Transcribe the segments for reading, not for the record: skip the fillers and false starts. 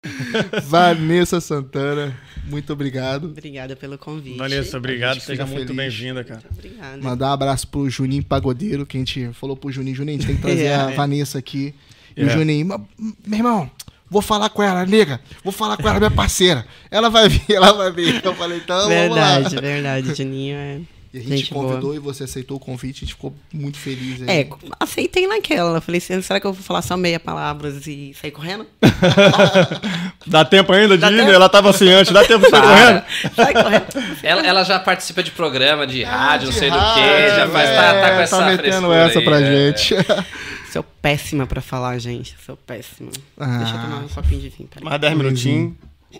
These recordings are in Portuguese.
Vanessa Santana, muito obrigado. Obrigada pelo convite. Vanessa, obrigado. Seja muito feliz. bem-vinda, cara. Muito obrigada. Mandar um abraço pro Juninho Pagodeiro, que a gente falou pro Juninho. Juninho, a gente tem que trazer a Vanessa aqui. E o Juninho, meu irmão, vou falar com ela, nega. Vou falar com ela, minha parceira. Ela vai vir. Eu falei, então vamos lá. Verdade. Juninho é... E a gente convidou boa. E você aceitou o convite, a gente ficou muito feliz. Aí. Aceitei naquela. Eu falei, será que eu vou falar só meia palavras e sair correndo? Dá tempo ainda de ir? Ela tava assim antes, dá tempo de sair correndo? Sai correndo. Ela já participa de programa de rádio, não sei do que, já faz, tá com essa metendo essa aí, pra gente. Sou péssima pra falar, gente. Sou péssima. Deixa eu tomar um copinho de vinho. Mais 10 minutinhos.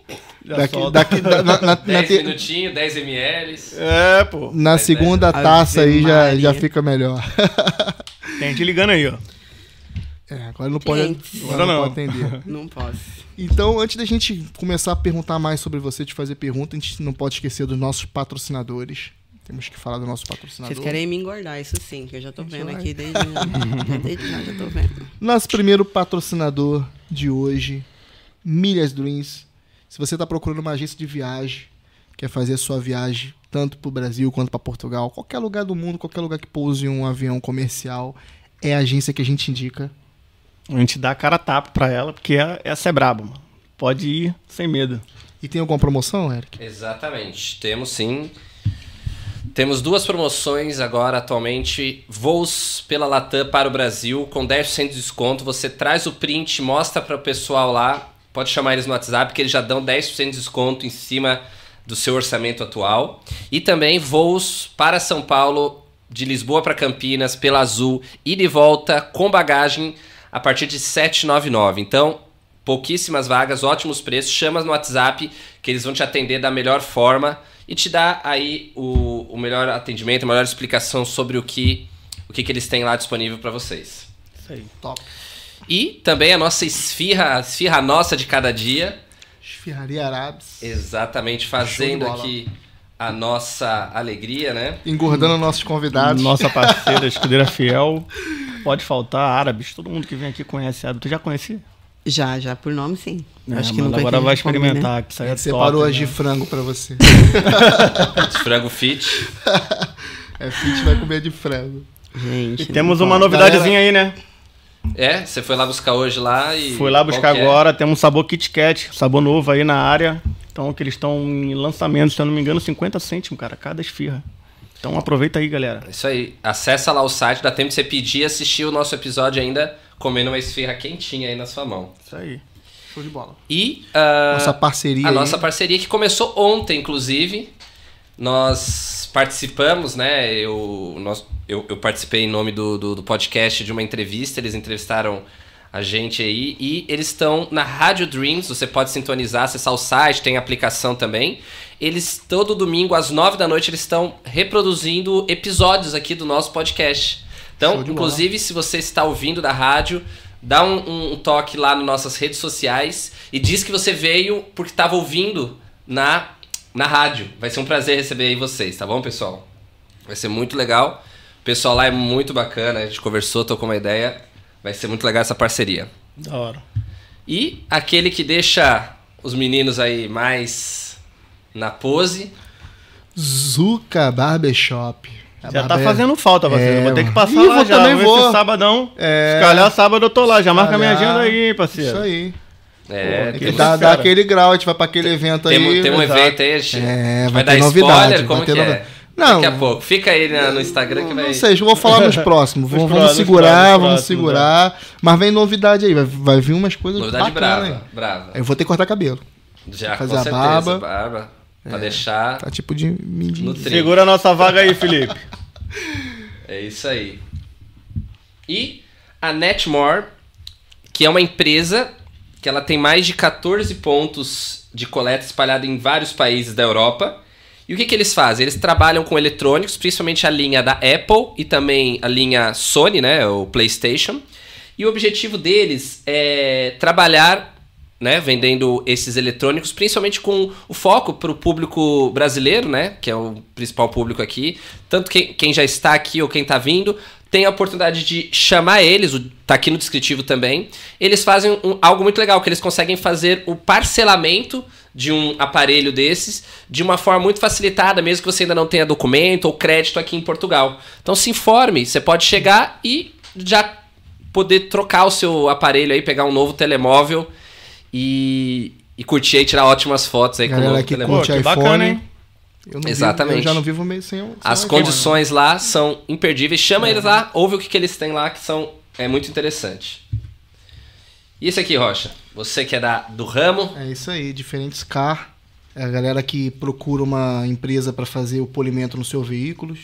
10 minutinhos, 10 ml. Pô. Na segunda taça aí já fica melhor. Tem gente ligando aí, ó. Agora não pode, agora não pode atender. Não posso. Então, antes da gente começar a perguntar mais sobre você, te fazer pergunta, a gente não pode esquecer dos nossos patrocinadores. Temos que falar do nosso patrocinador. Vocês querem me engordar, isso sim, que eu já tô vendo aqui desde já tô vendo. Nosso primeiro patrocinador de hoje, Milhas Dreams. Se você está procurando uma agência de viagem, quer fazer a sua viagem tanto para o Brasil quanto para Portugal, qualquer lugar do mundo, qualquer lugar que pouse um avião comercial, é a agência que a gente indica. A gente dá a cara a tapa para ela, porque essa é braba, mano. Pode ir sem medo. E tem alguma promoção, Eric? Exatamente. Temos sim. Temos 2 promoções agora atualmente. Voos pela Latam para o Brasil com 10% de desconto. Você traz o print, mostra para o pessoal lá. Pode chamar eles no WhatsApp, que eles já dão 10% de desconto em cima do seu orçamento atual. E também voos para São Paulo, de Lisboa para Campinas, pela Azul, e de volta com bagagem a partir de R$ 799. Então, pouquíssimas vagas, ótimos preços. Chama no WhatsApp, que eles vão te atender da melhor forma e te dar aí o melhor atendimento, a melhor explicação sobre o que eles têm lá disponível para vocês. Isso aí. Top. E também a nossa esfirra nossa de cada dia. Esfirraria Árabes. Exatamente, fazendo aqui a nossa alegria, né? Engordando nossos convidados. Nossa parceira, escudeira fiel. Pode faltar, Árabes. Todo mundo que vem aqui conhece Árabes. Tu já conhecia? Já, por nome sim. Acho que nunca agora vai comi, experimentar. né? Que isso aí é separou top, as de frango pra você. Frango fit. Fit vai comer de frango. Gente, e temos uma novidadezinha aí, né? Você foi lá buscar hoje lá e... Fui lá buscar agora, temos um sabor Kit Kat, sabor novo aí na área. Então, que eles estão em lançamento, se eu não me engano, 50 cêntimos, cara, cada esfirra. Então aproveita aí, galera. Isso aí, acessa lá o site, dá tempo de você pedir e assistir o nosso episódio ainda comendo uma esfirra quentinha aí na sua mão. Isso aí. Show de bola. E nossa parceria nossa parceria que começou ontem, inclusive. Nós participamos, né? Eu participei em nome do podcast de uma entrevista. Eles entrevistaram a gente aí. E eles estão na Rádio Dreams. Você pode sintonizar, acessar o site, tem aplicação também. Eles, todo domingo, às 9 da noite, eles estão reproduzindo episódios aqui do nosso podcast. Então, inclusive, se você está ouvindo da rádio, dá um toque lá nas nossas redes sociais e diz que você veio porque estava ouvindo na rádio. Vai ser um prazer receber aí vocês, tá bom, pessoal? Vai ser muito legal. O pessoal lá é muito bacana, a gente conversou, trocou uma ideia. Vai ser muito legal essa parceria. Da hora. E aquele que deixa os meninos aí mais na pose... Zuca Barbershop. Já tá fazendo falta, parceiro. Vou ter que passar lá já. Também vou. Esse sabadão. Se calhar sábado eu tô lá. Já marca minha agenda aí, parceiro. Isso aí. Dá aquele grau, a gente vai pra aquele evento aí. Tem um evento aí, vai dar novidade, spoiler? Como que é? Não, daqui a pouco. Fica aí no Instagram que vai... Não sei, eu vou falar nos próximos. Vamos segurar. Mas vem novidade aí, vai vir umas coisas novidade bacanas. brava. Eu vou ter que cortar cabelo. Já, fazer com certeza, barba. Pra deixar... Tá tipo de mindinho. Segura a nossa vaga aí, Felipe. É isso aí. E a Netmore, que é uma empresa que ela tem mais de 14 pontos de coleta espalhados em vários países da Europa. E o que eles fazem? Eles trabalham com eletrônicos, principalmente a linha da Apple e também a linha Sony, né, o PlayStation. E o objetivo deles é trabalhar, né, vendendo esses eletrônicos, principalmente com o foco para o público brasileiro, né, que é o principal público aqui. Tanto quem já está aqui ou quem está vindo, tem a oportunidade de chamar eles, tá aqui no descritivo também. Eles fazem algo muito legal, que eles conseguem fazer o parcelamento de um aparelho desses de uma forma muito facilitada, mesmo que você ainda não tenha documento ou crédito aqui em Portugal. Então se informe, você pode chegar e já poder trocar o seu aparelho aí, pegar um novo telemóvel e curtir aí, tirar ótimas fotos aí com o novo telemóvel. Curte iPhone, bacana, hein? Exatamente. Eu já não vivo meio sem As condições lá são imperdíveis. Chama eles lá, ouve o que eles têm lá, que é muito interessante. E esse aqui, Rocha? Você que é do ramo? É isso aí, Diferentes Car. É a galera que procura uma empresa para fazer o polimento nos seus veículos.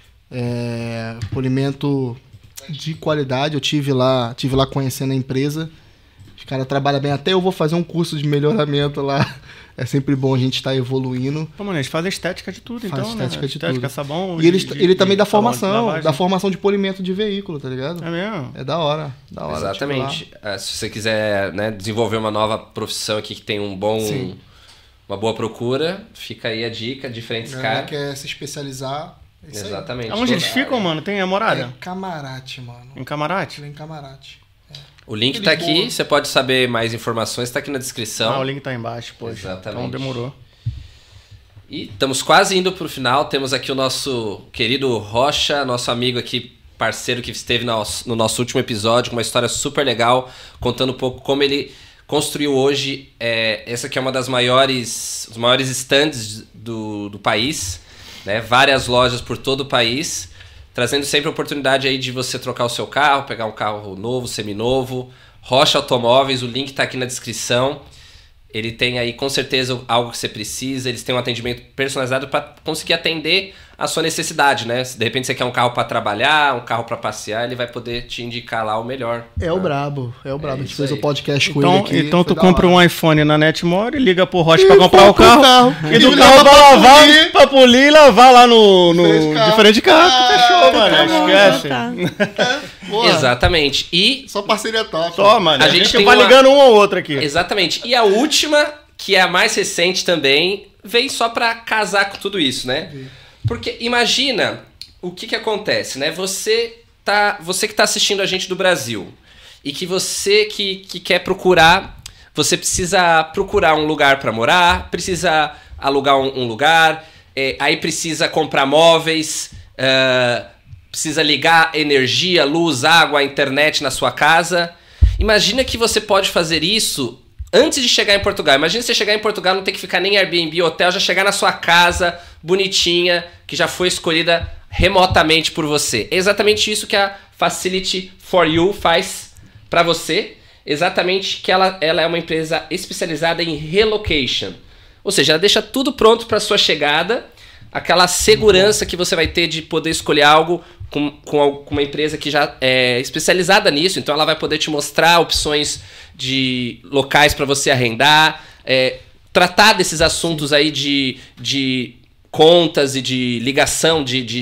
Polimento de qualidade. Eu tive lá conhecendo a empresa. Os caras trabalham bem. Até eu vou fazer um curso de melhoramento lá. É sempre bom a gente estar evoluindo. Pô, mano, eles fazem estética de tudo, Faz então, estética né? de Estética, tudo. sabão... E ele também dá formação, lavagem. dá formação de polimento de veículo, tá ligado? É mesmo? É da hora. Exatamente. Se você quiser, né, desenvolver uma nova profissão aqui que tem uma boa procura, fica aí a dica, Diferentes Car. Quer se especializar. É isso aí. Exatamente. Onde eles ficam, mano? Tem a morada? É Camarate, mano. Em Camarate? Em Camarate. O link tá aqui, você pode saber mais informações, tá aqui na descrição. O link tá embaixo, pô. Exatamente. Então demorou. E estamos quase indo pro final. Temos aqui o nosso querido Rocha, nosso amigo aqui, parceiro que esteve no nosso último episódio, com uma história super legal, contando um pouco como ele construiu hoje. Essa aqui é uma dos maiores stands do país, né? Várias lojas por todo o país, trazendo sempre a oportunidade aí de você trocar o seu carro, pegar um carro novo, seminovo. Rocha Automóveis, o link tá aqui na descrição. Ele tem aí com certeza algo que você precisa, eles têm um atendimento personalizado para conseguir atender a sua necessidade, né? Se de repente você quer um carro para trabalhar, um carro para passear, ele vai poder te indicar lá o melhor. O brabo. A gente fez aí. o podcast com ele aqui. Então tu foi da compra hora. um iPhone na Netmore, liga pro Rocha pra comprar o carro. E do E carro leva pra pra lavar, polir. pra polir e lavar lá no Diferente carro. diferente carro. Fechou, mano. bom, Esquece. tá. Porra, Exatamente. E Só parceria top. Só, mano. A A gente gente tem vai uma- ligando um ao outro aqui. exatamente. E a última, que é a mais recente também, vem só pra casar com tudo isso, né? Porque imagina o que acontece, né? Você que tá assistindo a gente do Brasil e que você que quer procurar, você precisa procurar um lugar pra morar, precisa alugar um lugar, aí precisa comprar móveis, precisa ligar energia, luz, água, internet na sua casa. Imagina que você pode fazer isso antes de chegar em Portugal. Imagina você chegar em Portugal, não ter que ficar nem em Airbnb, hotel, já chegar na sua casa, bonitinha, que já foi escolhida remotamente por você. É exatamente isso que a Facility for You faz para você. Exatamente que ela é uma empresa especializada em relocation. Ou seja, ela deixa tudo pronto para sua chegada, aquela segurança que você vai ter de poder escolher algo com uma empresa que já é especializada nisso. Então ela vai poder te mostrar opções de locais para você arrendar, tratar desses assuntos aí de contas e de ligação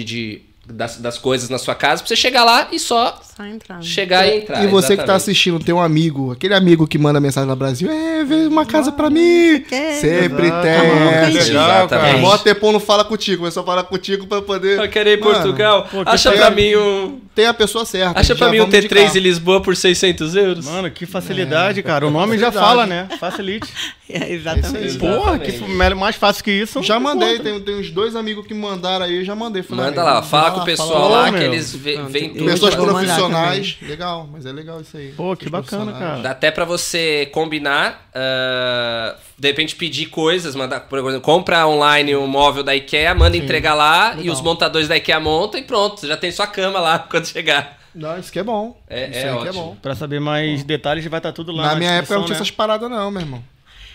das coisas na sua casa, pra você chegar lá e só entrar. chegar e entrar. E você que tá exatamente. assistindo, tem um amigo, aquele amigo que manda mensagem no Brasil, vê uma casa pra mim. quer? Sempre Exato. tem essa. Exatamente. O maior tempão não fala contigo, é só falar contigo pra poder... Eu quero ir em Mano, Portugal. pô, que Acha tem- pra mim um... Tem a pessoa certa. Acha pra já mim um vamos de T3 carro. em Lisboa por 600 euros? Mano, que facilidade, cara. O nome já facilidade. fala, né? Facilite. Exatamente. Isso aí. Porra, Exatamente. que mais fácil que isso. Já não mandei, encontra. tem uns 2 amigos que me mandaram aí, eu já mandei. Falei, Manda amigo, lá, fala com o pessoal lá, lá, meu. que eles vêm tudo. Pessoas vou mandar profissionais, legal, mas é legal isso aí. Pô, que Pessoas bacana, profissionais. cara. Dá até pra você combinar, de repente pedir coisas, mandar, por exemplo, compra online um móvel da IKEA, manda entregar lá e legal. os montadores da IKEA montam e pronto, você já tem sua cama lá quando chegar. Não, isso que é bom. É- isso é aí que é ótimo. bom. Pra saber mais detalhes, vai estar tudo lá Na minha época não tinha descrição, essas paradas não, meu irmão.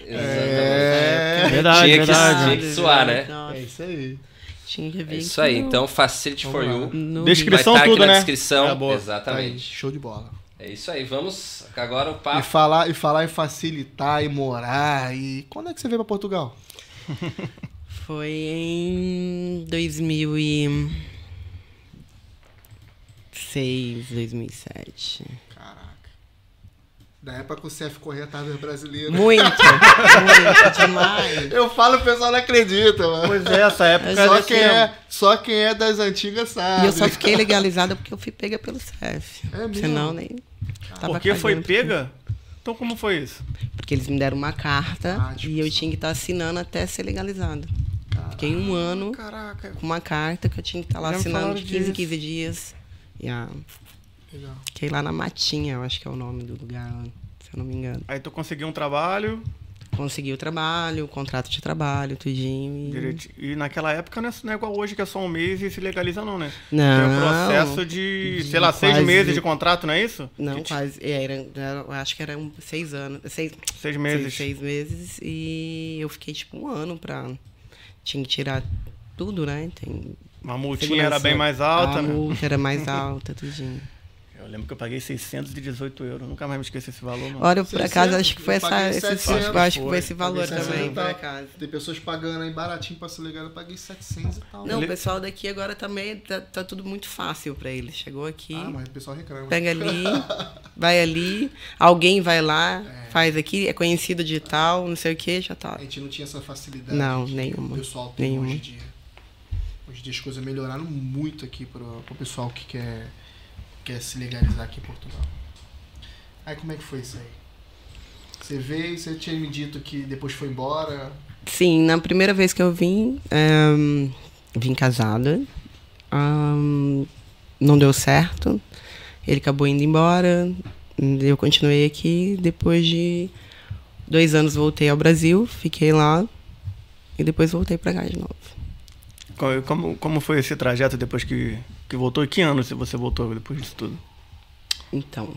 né? Verdade, Tinha que- verdade. tinha que suar, né? Nossa, É isso aí. tinha que ver É isso aí, no- então Facility for Vamos lá. You. no Descrição Vai estar tudo, aqui na né? descrição. É, boa. Tá aí, Exatamente. show de bola. É isso aí, vamos agora o E papo. falar em facilitar e morar e... Quando é que você veio pra Portugal? Foi em 2006, 2007. Caraca. Da época que o CF corria atrás das brasileiras. Muito demais. Eu falo, o pessoal não acredita, mano. Pois é, essa época Só quem é das antigas sabe. E eu só fiquei legalizada porque eu fui pega pelo CF. É mesmo? Senão nem... tava Porque foi cagando. pega? Então como foi isso? Porque eles me deram uma carta tipo e eu tinha que estar assinando até ser legalizado. Fiquei um ano Caraca. com uma carta que eu tinha que estar lá Já me assinando falaram de 15 em disso. 15 dias. Legal. Fiquei lá na Matinha, eu acho que é o nome do lugar, se eu não me engano. Aí tu conseguiu um trabalho, Consegui o trabalho, o contrato de trabalho, tudinho. direito. E naquela época não é igual hoje, que é só um mês e se legaliza não, né? Não. Tem um processo de, sei lá, 6 quase- meses de contrato, não é isso? Não, quase. Eu acho que eram 6 anos. 6 meses. 6 meses. E eu fiquei tipo um ano pra. Tinha que tirar tudo, né? Tem A multinha segurança. era bem mais alta, A né? multa era mais alta, tudinho. Eu lembro que eu paguei 618 euros. Nunca mais me esqueci esse valor, mano. Olha, por acaso, 600, acho que foi eu paguei esse 700, acho que foi esse valor Paguei também, 700 e por tal. acaso. Tem pessoas pagando aí baratinho pra ser legal, eu paguei 700 e tal. Não, o pessoal daqui agora também tá tudo muito fácil pra eles. Chegou aqui, Ah, mas o pessoal reclama. pega ali, vai ali, alguém vai lá, faz aqui, é conhecido de tal, não sei o que, já tá. A gente não tinha essa facilidade. Não, que nenhuma. O pessoal tem Nenhuma. hoje em dia. Hoje em dia as coisas melhoraram muito aqui pro pessoal que quer se legalizar aqui em Portugal. Aí como é que foi isso aí? Você veio, você tinha me dito que depois foi embora. Sim, na primeira vez que eu vim, vim casada, não deu certo, ele acabou indo embora, eu continuei aqui, depois de 2 anos voltei ao Brasil, fiquei lá e depois voltei pra cá de novo. Como foi esse trajeto depois que voltou? E que ano você voltou depois disso tudo? Então,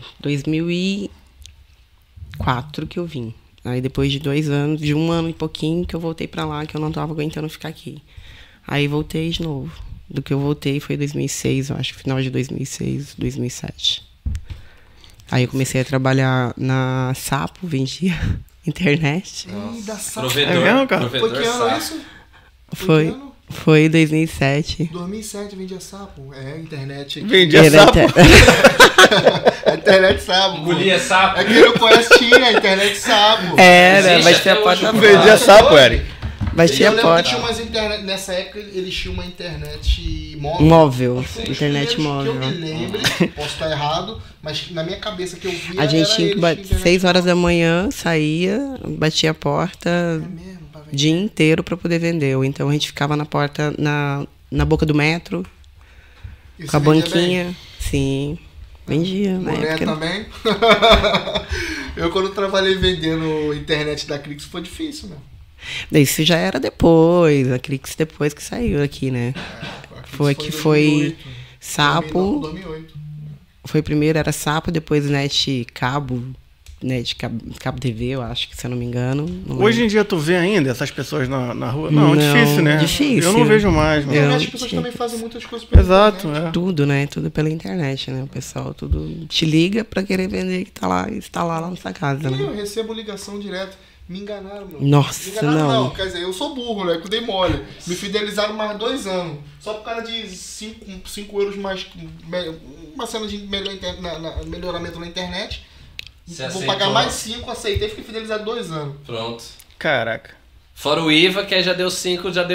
2004 que eu vim. Aí depois de 2 anos, de 1 ano e pouquinho que eu voltei pra lá, que eu não tava aguentando ficar aqui. Aí voltei de novo. Do que eu voltei foi 2006, eu acho, final de 2006, 2007. Aí eu comecei a trabalhar na Sapo, vendia internet. Ih, da sala. Provedor. É mesmo, cara? Foi Provedor que ano sapo. isso? Foi, que ano? foi 2007. 2007 vendia sapo. É, internet aqui. Vendia Era sapo. A internet sapo. Engolia sapo. É quem não conhece tinha, a internet sapo. Era, Existe batia a até porta hoje, fora. Vendia sapo, Eric. Batia Eu a lembro que porta. tinha umas internet, nessa época eles tinham uma internet móvel. Móvel, Foi um dos internet primeiros móvel. Que eu me lembre, posso estar errado, mas na minha cabeça que eu via A gente era tinha que eles bater tinham internet 6 horas da manhã, saía, batia a porta É mesmo, pra ver. o dia inteiro para poder vender. Ou então a gente ficava na porta, na boca do metro, E com a você vendia banquinha. Sim, vendia. Na Mulher época. também? Eu quando trabalhei vendendo internet da Clix foi difícil, né? Isso já era depois, a Clix depois que saiu aqui, né? A Clix Foi em que foi 2008. Sapo, 2008. foi primeiro era Sapo, depois Net Cabo, Cabo TV, eu acho que se eu não me engano. Não Hoje lembro. em dia tu vê ainda essas pessoas na rua? Não, Não, difícil, né? difícil. Eu não vejo mais, Na mano. verdade, Eu as pessoas tinha- também fazem muitas coisas pela Exato, internet. é. Tudo, né? Tudo pela internet, né? O pessoal tudo te liga pra querer vender que tá lá, instalar lá na sua casa, E né? eu recebo ligação direto. Me enganaram, meu. Nossa, Me enganaram, não. Quer dizer, eu sou burro, né? Que eu dei mole. Me fidelizaram mais 2 anos. Só por causa de 5 euros mais. Uma cena de melhoramento na internet. Você Vou aceitou? pagar mais 5, aceitei, fiquei fidelizado 2 anos. Pronto. Caraca. Fora o IVA, que aí já deu 5, já deu...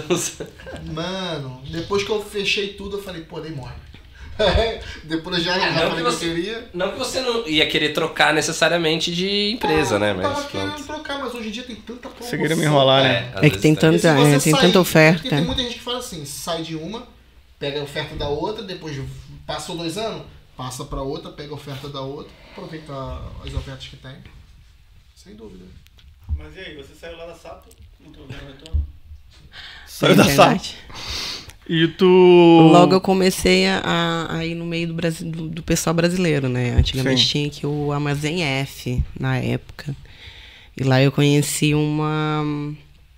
Mano, depois que eu fechei tudo, eu falei, pô, dei mole. Depois já, Ah, já não falei que que eu você- queria. Não que você não ia querer trocar necessariamente de empresa, né? Eu tava Mas querendo pronto. trocar, mas hoje em dia tem tanta promoção. Você queria me enrolar, né? às É que vezes tem tá- E se tanta, você tem sair- tanta oferta. Porque tem muita gente que fala assim, sai de uma, pega a oferta da outra, depois passou 2 anos, passa pra outra, pega a oferta da outra, aproveita as ofertas que tem. Sem dúvida. Mas e aí, você saiu lá da Sapo? Não tô vendo retorno. Saiu Na da Sapo. internet. E tu... Logo eu comecei a ir no meio do pessoal brasileiro, né? Antigamente Sim. tinha aqui o Armazém F, na época. E lá eu conheci uma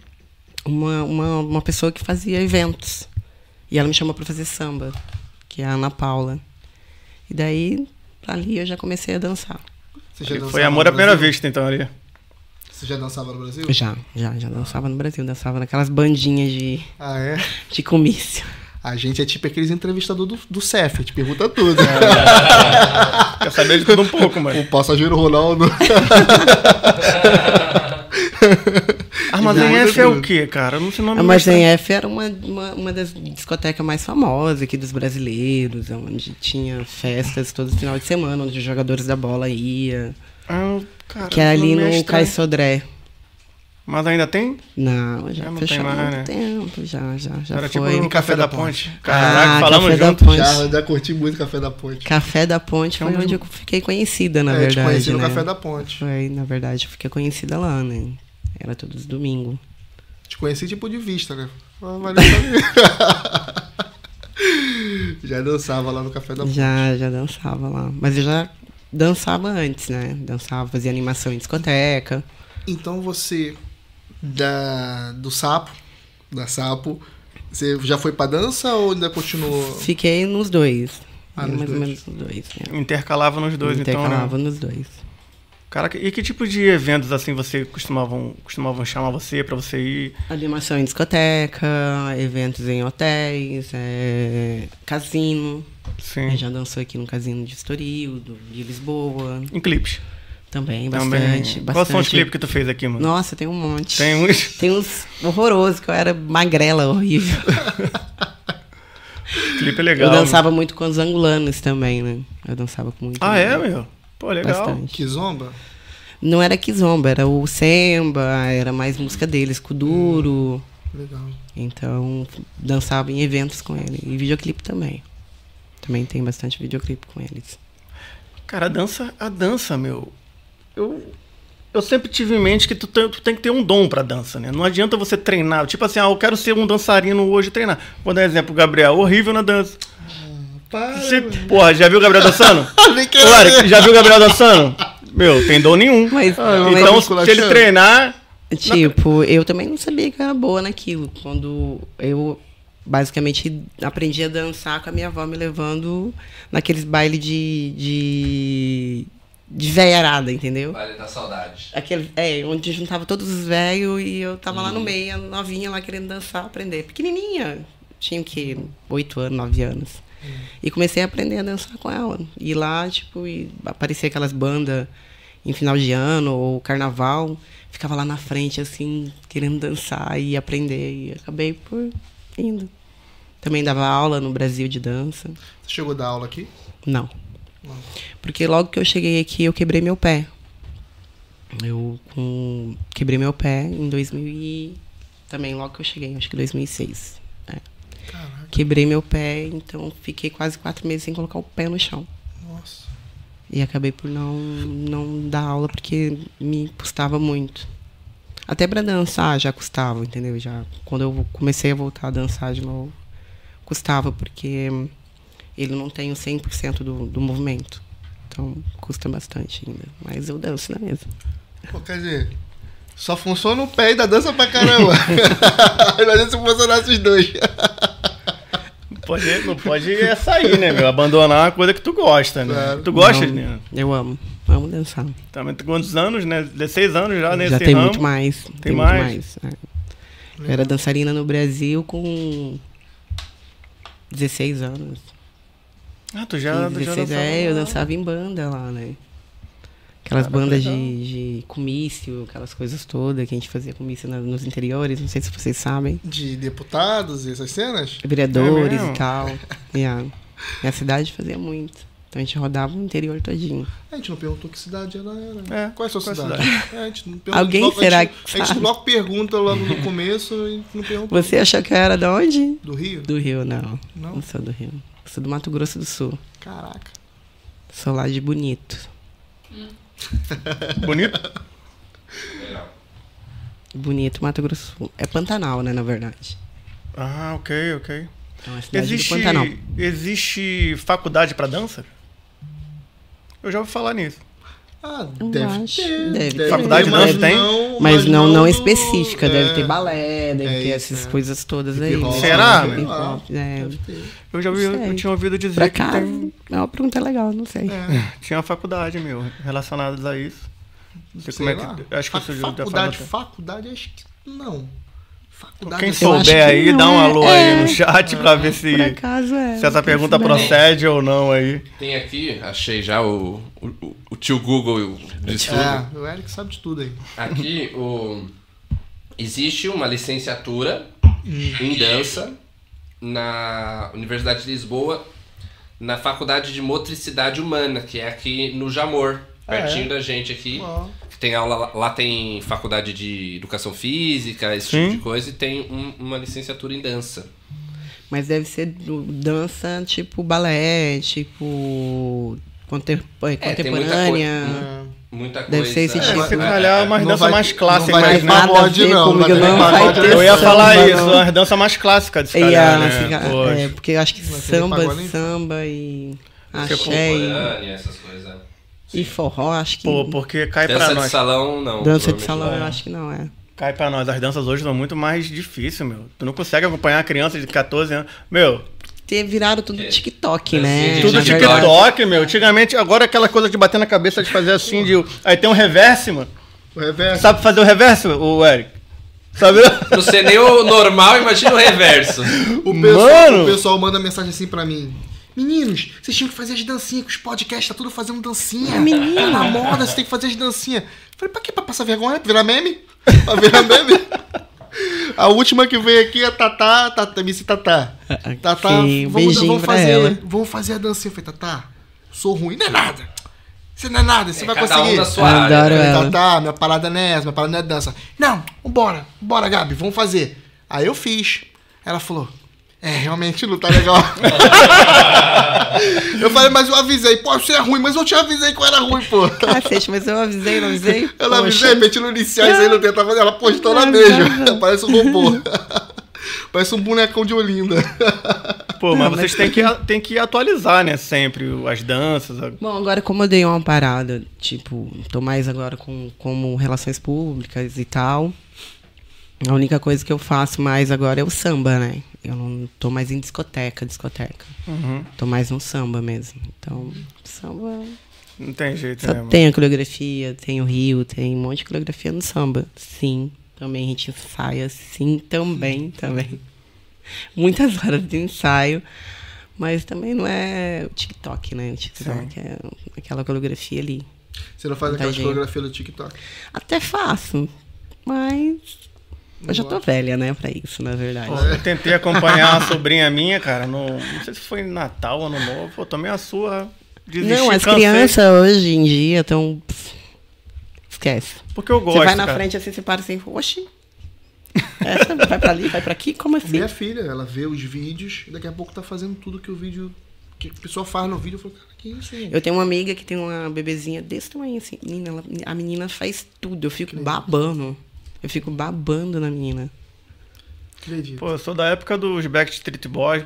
pessoa que fazia eventos. E ela me chamou pra fazer samba, que é a Ana Paula. E daí, ali eu já comecei a dançar. Você já dançava Foi amor no à primeira Brasil? vista, então, ali. Você já dançava no Brasil? Já dançava no Brasil, dançava naquelas bandinhas Ah, é? de comício. A gente é tipo aqueles entrevistadores do CEF, a gente pergunta tudo. Quer saber de tudo um pouco, mano. O passageiro Ronaldo. Armazém F é o quê, cara? Eu não sei o nome. Armazém F era uma das discotecas mais famosas aqui dos brasileiros, onde tinha festas todo final de semana, onde os jogadores da bola iam. Cara, que é ali no Cais Sodré. Mas ainda tem? Não, já não fechou tem mais, há muito né? tempo, já Era foi. tipo o Café da Ponte. Caraca, Café falamos da junto. Ponte. Já curti muito o Café da Ponte. Café da Ponte foi onde eu fiquei conhecida, na verdade. Eu te conheci no né? Café da Ponte. Foi, na verdade, eu fiquei conhecida lá, né? Era todos domingos. Te conheci tipo de vista, né? Já dançava lá no Café da Ponte. Já dançava lá. Mas eu já dançava antes, né? Dançava, fazia animação em discoteca. Então você, do Sapo, você já foi pra dança ou ainda continuou? Fiquei nos dois. Ah, nos mais dois. ou menos nos dois. Né? Intercalava nos dois, Intercalava então, né? nos dois. Caraca, e que tipo de eventos assim você costumavam chamar você pra você ir? Animação em discoteca, eventos em hotéis, casino. Sim. Já dançou aqui no casino de Estoril, de Lisboa. Em clipes? Também, Também. bastante. Quais são os clipes que tu fez aqui, mano? Nossa, tem um monte. Tem uns? Tem uns horrorosos, que eu era magrela, horrível. Clipe é legal. Eu dançava muito com os angolanos também, né? Eu dançava com muito. Ah, é, meu? Pô, legal. Bastante. Kizomba? Não era kizomba, era o samba, era mais música deles, kuduro. Legal. Então, dançava em eventos com ele. E videoclipe também. Também tem bastante videoclipe com eles. Cara, a dança, meu. Eu sempre tive em mente que tu tem que ter um dom pra dança, né? Não adianta você treinar. Tipo assim, eu quero ser um dançarino hoje e treinar. Vou dar exemplo, o Gabriel, horrível na dança. Porra, já viu o Gabriel dançando? Ô, Eric, já viu o Gabriel dançando? Meu, tem dom nenhum. Mas, Então, se ele treinar... tipo, eu também não sabia que eu era boa naquilo. Quando eu, basicamente, aprendi a dançar com a minha avó me levando naqueles bailes de velharada, entendeu? Vale da saudade. Onde juntava todos os velhos e eu tava lá no meio, novinha lá querendo dançar, aprender. Pequenininha. Tinha o quê? 8 anos, 9 anos. E comecei a aprender a dançar com ela. E lá, tipo, aparecia aquelas bandas em final de ano ou carnaval. Ficava lá na frente, assim, querendo dançar e aprender. E acabei por indo. Também dava aula no Brasil de dança. Você chegou a dar aula aqui? Não. Porque logo que eu cheguei aqui, eu quebrei meu pé. Quebrei meu pé em 2000 e... Também logo que eu cheguei, acho que 2006. Caraca. Quebrei meu pé, então fiquei quase 4 meses sem colocar o pé no chão. Nossa. E acabei por não dar aula porque me custava muito. Até pra dançar já custava, entendeu? Já, quando eu comecei a voltar a dançar de novo, custava porque ele não tem o 100% do movimento. Então custa bastante ainda. Mas eu danço, não é mesmo? Pô, quer dizer, só funciona o pé e da dança pra caramba. Imagina se funcionasse os dois. Não pode sair, né, meu? Abandonar uma coisa que tu gosta, né? Claro. Tu gosta, né? Eu amo dançar. Também tem quantos anos, né? 16 anos já nesse Já tem ramo. muito mais. Tem muito mais? Eu era dançarina no Brasil com 16 anos. Ah, tu já 16, dançava. eu dançava em banda lá, né? Aquelas Caraca, bandas legal. de comício, aquelas coisas todas que a gente fazia comício nos interiores, não sei se vocês sabem. De deputados e essas cenas? Vereadores mesmo? e tal. Minha cidade fazia muito. Então a gente rodava o interior todinho. A gente não perguntou que cidade ela era. Qual é a sua qual cidade? cidade? A gente não pergunta, Alguém logo, será a gente, que a gente sabe? logo pergunta logo no começo e não pergunta. Você achou que eu era de onde? Do Rio? Do Rio, não. Não? Não sou do Rio. Sou do Mato Grosso do Sul. Caraca. Sou lá de Bonito. Bonito? Legal. Bonito, Mato Grosso do Sul. É Pantanal, né, na verdade. Ah, ok. É uma cidade do Pantanal. Existe faculdade pra dança? Eu já ouvi falar nisso. Ah, Eu deve acho, ter. deve ter. Faculdade de dança tem? Mas não do- específica. Deve ter é, balé, deve é ter isso, essas é. coisas todas aí. Hip hop, Será, Hip meu? hop, Deve ter. Eu já ouvi, Não sei. eu tinha ouvido dizer Pra que cá, tem, é uma pergunta legal, não sei. tinha uma faculdade, meu, relacionada a isso. Não sei como é Sei lá. que. Acho que isso já Faculdade, acho que não. Faculdade Quem assim, souber aí, não dá um é. alô aí no chat pra ver se, Por acaso se essa pergunta procede ou não aí. Tem aqui, achei já o tio Google diz tudo. o Eric sabe de tudo aí. Aqui existe uma licenciatura em dança na Universidade de Lisboa, na Faculdade de Motricidade Humana, que é aqui no Jamor, pertinho da gente aqui. Ó. Tem aula, lá tem faculdade de educação física, esse tipo de coisa, e tem uma licenciatura em dança. Mas deve ser dança tipo balé, tipo contemporânea. Muita coisa. Deve ser esse tipo. Se calhar umas Não danças vai- mais clássicas, não vai mas ter né? pagode, não. comigo, Vai ter não vai pagode, ter não. Eu ia falar samba, isso, não. umas danças mais clássicas, se calhar, né? Poxa. Porque eu acho que Vai ter pagode nem- samba e axé Contemporânea, essas coisas. e forró, acho que... Pô, porque cai pra Dança de nós. salão, não. dança de provavelmente salão, não. eu acho que não é. Cai pra nós. As danças hoje são muito mais difíceis, meu. Tu não consegue acompanhar a criança de 14 anos. Meu, Viraram tudo TikTok, Dancinha né? de tudo Na verdade. TikTok, meu. Antigamente, agora aquela coisa de bater na cabeça, de fazer assim, de... Aí tem um reverse, mano. O reverso. Sabe fazer o reverse, o Eric? Sabe? Não sei nem o normal, imagina o reverso. Mano! O pessoal manda mensagem assim pra mim. Meninos, vocês tinham que fazer as dancinhas, que os podcasts tá tudo fazendo dancinha. menino. Tá na moda, você tem que fazer as dancinhas. Falei, pra quê? Pra passar vergonha? Pra virar meme? Pra virar meme? A última que veio aqui é a Tatá, MC Tatá. Tatá, Sim, beijinho pra ela. Vamos fazer a dancinha. Eu falei, Tatá, sou ruim. Não é nada. Você não é nada, você vai Cada conseguir. um na sua área. Adoro né? ela. Tatá, minha parada não é essa, minha parada não é dança. Não, bora, Gabi, vamos fazer. Aí eu fiz. Ela falou, realmente não tá legal. Eu falei, mas eu avisei. Pô, você é ruim, mas eu te avisei que eu era ruim, pô. Cacete, mas eu avisei, não avisei? Ela Poxa. avisei, meti no iniciais aí, não tenta fazer. Ela postou na beijo. Parece um robô. Parece um bonecão de Olinda. Pô, mas vocês têm que atualizar, né? Sempre as danças. Bom, agora como eu dei uma parada, tipo, tô mais agora como relações públicas e tal, a única coisa que eu faço mais agora é o samba, né? Eu não tô mais em discoteca. Uhum. Tô mais no samba mesmo. Então, samba... Não tem jeito, Só né, mano? tem a coreografia, tem o Rio, tem um monte de coreografia no samba. Sim, também a gente ensaia, sim, também. Muitas horas de ensaio, mas também não é o TikTok, né? O TikTok é aquela coreografia ali. Você não faz aquela Montagem. coreografia do TikTok? Até faço, mas eu já tô velha, né, pra isso, na verdade. Pô, eu tentei acompanhar uma sobrinha minha, cara, não sei se foi Natal, Ano Novo, pô, tomei a sua, desisti, Não, as cansei, crianças hoje em dia estão... Esquece. porque eu gosto, Você vai na cara. frente assim, você para assim, oxi. Essa vai pra ali, vai pra aqui, como assim? Minha filha, ela vê os vídeos e daqui a pouco tá fazendo tudo que o vídeo... Que a pessoa faz no vídeo. Eu falo, cara, que isso, gente? Eu tenho uma amiga que tem uma bebezinha desse tamanho, assim. Menina, a menina faz tudo. Eu fico babando. Eu fico babando na menina. Acredito. Pô, eu sou da época dos Backstreet Boys.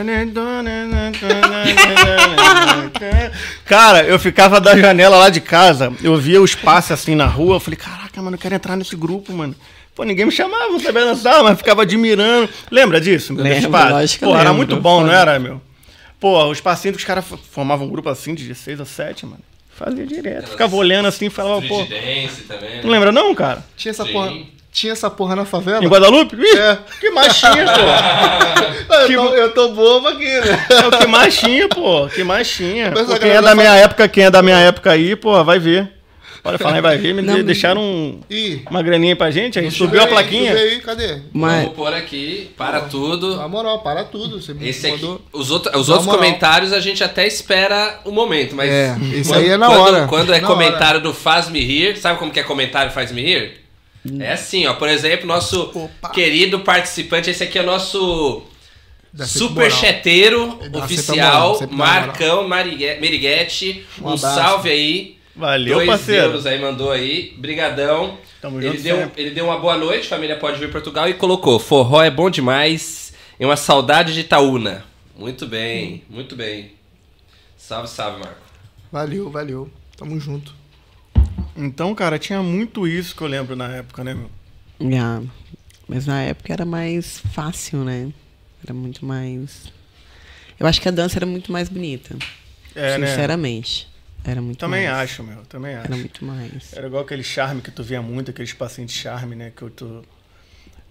Cara, eu ficava da janela lá de casa, eu via o espaço assim na rua, eu falei, caraca, mano, eu quero entrar nesse grupo, mano. Pô, ninguém me chamava, não sabia dançar, mas ficava admirando. Lembra disso, meu? Lembro, Desse espaço? lógico que Pô, eu era lembro. muito bom, não era, meu? Pô, o espacinho que os caras formavam um grupo assim, de 6 a 7, mano. Fazia direto. Ficava olhando assim e falava, pô. Street dance também. Não lembra não, cara? Tinha essa Sim. porra... Tinha essa porra na favela? Em Guadalupe? Ih, É. que machinha, pô. Eu tô bobo aqui, né? É o que mais tinha, pô. Que mais tinha. Mas Pô, a quem é galera da minha época, quem é da minha época aí, pô, vai ver. Olha, falar em vai ver, Não, deixaram Ih, uma graninha pra gente, aí não subiu a subiu aí, plaquinha. subiu aí, cadê? Mas, Vamos pôr aqui, para tudo. Na moral, para tudo. Você me Esse aqui, mandou... os Na outros moral. comentários a gente até espera o momento, mas É, esse aí é na hora. Quando é Na comentário do Faz-me Rir, sabe como que é comentário Faz-me Rir? É assim, ó, por exemplo, nosso Opa. querido participante, esse aqui é o nosso Dá sempre super moral. chateiro Ele dá oficial, sempre dá moral. Marcão Meriguete, Um um abraço. salve aí. Valeu, 2 parceiro. euros aí, mandou aí, brigadão. Tamo Ele junto deu, sempre. ele deu uma boa noite, família pode vir Portugal, e colocou, forró é bom demais, é uma saudade de Itaúna. Muito bem, muito bem. Salve, salve, Marco. Valeu. Tamo junto. Então, cara, tinha muito isso que eu lembro na época, né, meu? mas na época era mais fácil, né? Era muito mais... Eu acho que a dança era muito mais bonita. É, né? Sinceramente. Era muito Também mais. acho, meu. Também acho. Era muito mais. Era igual aquele charme que tu via muito, aquele espacinho de charme, né? Que tu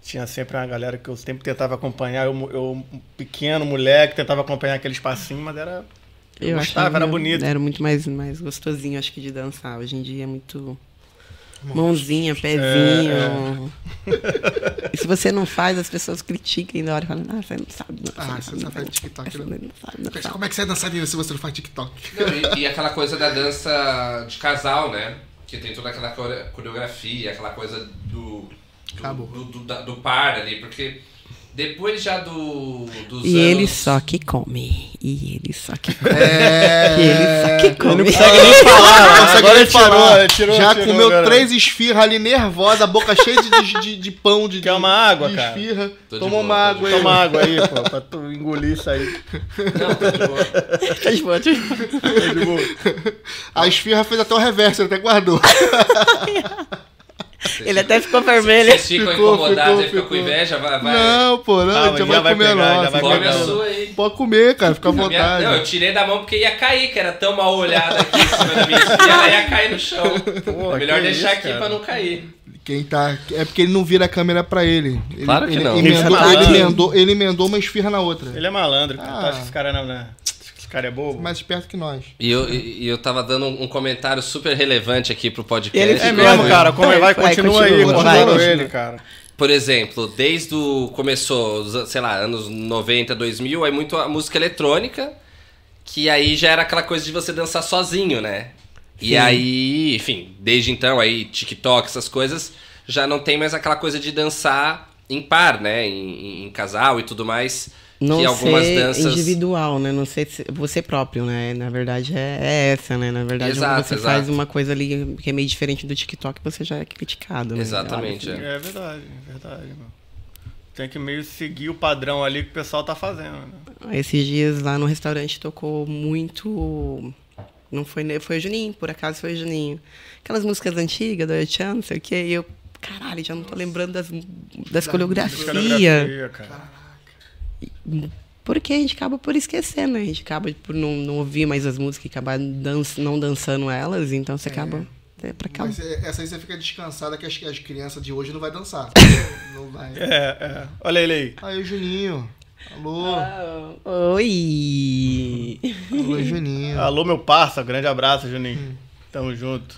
Tinha sempre uma galera que eu sempre tentava acompanhar. Eu pequeno, moleque, tentava acompanhar aquele espacinho, mas era... Eu gostava, era bonito. Era muito mais gostosinho, acho que, de dançar. Hoje em dia é muito... Mãozinha, pezinho. E se você não faz, as pessoas criticam ainda hora e falam, você não sabe dançar. Você não faz TikTok, não sabe dançar. Como é que você é dançarina se você não faz TikTok? Não, e aquela coisa da dança de casal, né? Que tem toda aquela coreografia, aquela coisa do par ali, porque depois já dos e anos... ele só que come. E ele só que come. Ele não consegue nem falar. Agora ele tirou. Já comeu 3 esfirras ali nervosa, a boca cheia de pão, de Quer uma água, de cara? esfirra. Tô de Toma boa, uma tô água de aí. Toma água aí, pô, pra tu engolir isso aí. Não, tô de boa. Tá de boa, tá de boa. A esfirra fez até o reverso, ele até guardou. Ele até ficou vermelho. Vocês ficam incomodados e ficam com inveja? Vai. Não, pô, não, a gente já vai comer a nossa. Come a sua aí. Pode comer, cara, fica à vontade. Não, eu tirei da mão porque ia cair, que era tão mal olhada aqui em cima da minha esfirra, ela ia cair no chão. Pô, É melhor que deixar isso, aqui cara. pra não cair. É porque ele não vira a câmera pra ele. Claro que não. Ele emendou uma esfirra na outra. Ele é malandro, cara. Tu acha que esse cara esse cara é bobo? Mais esperto que nós. E eu tava dando um comentário super relevante aqui pro podcast. Ele É mesmo, cara. Como vai? Continua aí, cortando ele, cara. Por exemplo, desde o... Começou, sei lá, anos 90, 2000, aí muito a música eletrônica, que aí já era aquela coisa de você dançar sozinho, né? E aí, enfim, desde então, aí TikTok, essas coisas, já não tem mais aquela coisa de dançar em par, né? Em casal e tudo mais. Não que algumas ser danças... individual, né? Não ser você próprio, né? Na verdade é essa, né? Na verdade, Exato, você faz uma coisa ali que é meio diferente do TikTok, você já é criticado, né? Exatamente, Olha, É verdade, mano. Tem que meio seguir o padrão ali que o pessoal tá fazendo, né? Esses dias lá no restaurante tocou muito... Não foi, foi o Juninho, por acaso foi o Juninho. Aquelas músicas antigas do Chan, não sei o quê, e eu... Caralho, já não tô lembrando das coreografias. Cara. Porque a gente acaba por esquecer, né? A gente acaba por não ouvir mais as músicas e acabar não dançando elas, então você acaba... pra cá. Mas essa aí você fica descansada que as crianças de hoje não vai dançar. Não vai. Olha ele aí. Aí o Juninho. Alô. Oi! Alô, Juninho. Alô, meu parça. Grande abraço, Juninho. Tamo junto.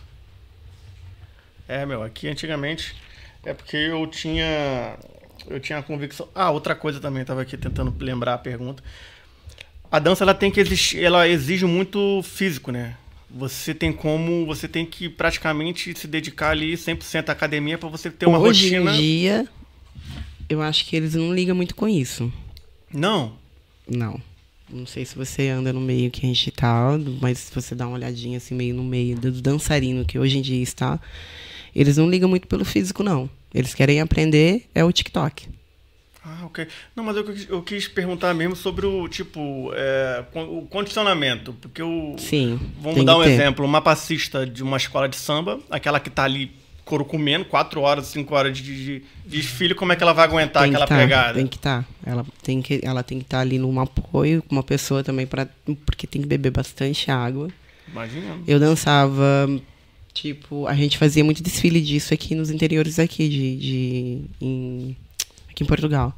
Aqui antigamente é porque eu tinha a convicção... outra coisa também, tava aqui tentando lembrar a pergunta. A dança, ela tem que existir, ela exige muito físico, né? Você tem que praticamente se dedicar ali 100% à academia para você ter uma rotina... Hoje em dia, eu acho que eles não ligam muito com isso. Não? Não. Não sei se você anda no meio que a gente tá, mas se você dá uma olhadinha assim, meio no meio do dançarino que hoje em dia está, eles não ligam muito pelo físico, não. Eles querem aprender o TikTok. Ok. Não, mas eu quis perguntar mesmo sobre o o condicionamento. Porque Sim. Vamos dar um exemplo. Uma passista de uma escola de samba, aquela que tá ali couro comendo, 4 horas, 5 horas de desfile, como é que ela vai aguentar aquela pegada? Tem que estar. Ela tem que estar ali num apoio com uma pessoa também, porque tem que beber bastante água. Imagina. Eu dançava... a gente fazia muito desfile disso aqui nos interiores aqui, aqui em Portugal.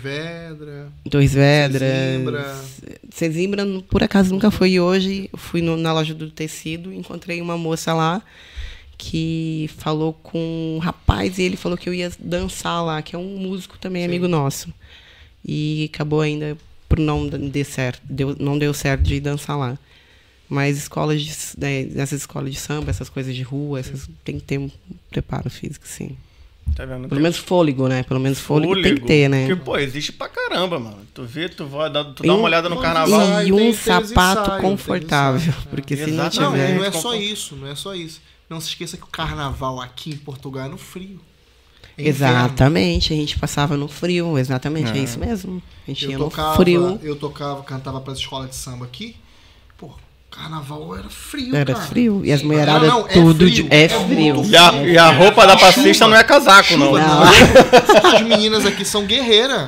Torres Vedras. Sesimbra, por acaso, nunca fui. Hoje, fui na loja do tecido, encontrei uma moça lá que falou com um rapaz e ele falou que eu ia dançar lá, que é um músico também, amigo nosso. E acabou ainda por não dar certo. Não deu certo de dançar lá. Mas essas escolas de samba, essas coisas de rua, tem que ter um preparo físico, sim. Tá vendo? Pelo menos fôlego, né? Pelo menos fôlego tem que ter, né? Porque, pô, existe pra caramba, mano. Tu dá uma olhada no carnaval. E um sapato confortável. Porque se não tiver... Não é só isso, não é só isso. Não se esqueça que o carnaval aqui em Portugal é no frio. Exatamente, a gente passava no frio, exatamente, é isso mesmo. A gente ia no frio. Eu cantava para as escolas de samba aqui. Pô, carnaval era frio, Era cara. frio. E as mulheradas tudo é frio. E a roupa da passista não é casaco, não. As meninas aqui são guerreiras.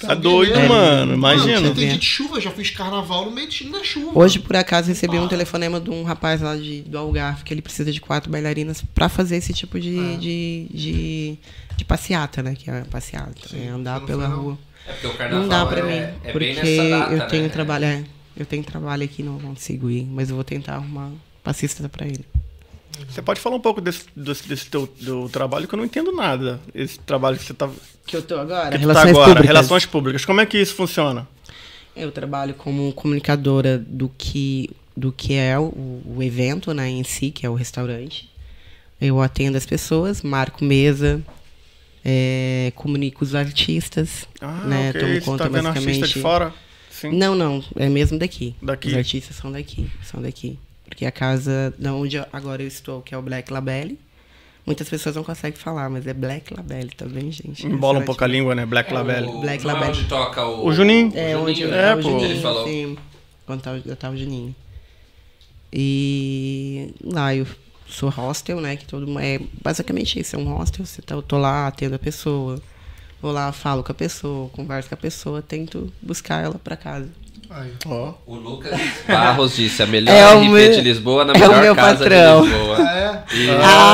Tá doido, É. mano. Imagina. Mano, tem dia de chuva, já fiz carnaval no meio da chuva. Hoje, por acaso, recebi um telefonema de um rapaz lá do Algarve que ele precisa de 4 bailarinas pra fazer esse tipo de passeata, né? Que é passeata. Sim, É andar você não pela foi, não? rua. É porque o carnaval Não dá pra mim, é porque bem nessa data, eu tenho né? trabalho, eu tenho trabalho aqui, não consigo ir, mas eu vou tentar arrumar passista pra ele. Você pode falar um pouco desse teu do trabalho que eu não entendo nada. Esse trabalho que você tá. Que eu tô agora? Que tu Relações tá agora, públicas. relações públicas. Como é que isso funciona? Eu trabalho como comunicadora do que é o evento, né, em si, que é o restaurante. Eu atendo as pessoas, marco mesa, comunico os artistas, né, ok. tomo Você conta tá vendo basicamente. artista de fora? Sim. Não, é mesmo daqui. Daqui. Os artistas são daqui. Porque a casa da onde agora eu estou, que é o Black Labelle, muitas pessoas não conseguem falar, mas é Black Labelle também, gente. Embola um pouco a língua, né? Black Labelle. Black não é Labelle. onde toca O Juninho. É, onde É, o pô. Juninho, Ele falou. sim. Quando eu tava o Juninho. E lá eu sou hostel, né? Que todo mundo é basicamente isso, é um hostel. Eu tô lá, atendo a pessoa. Vou lá, falo com a pessoa, converso com a pessoa, tento buscar ela pra casa. Aí. Ó. O Lucas Barros disse, a melhor É o RP meu- de Lisboa na é o melhor meu casa patrão. de Lisboa. Ah, é? E...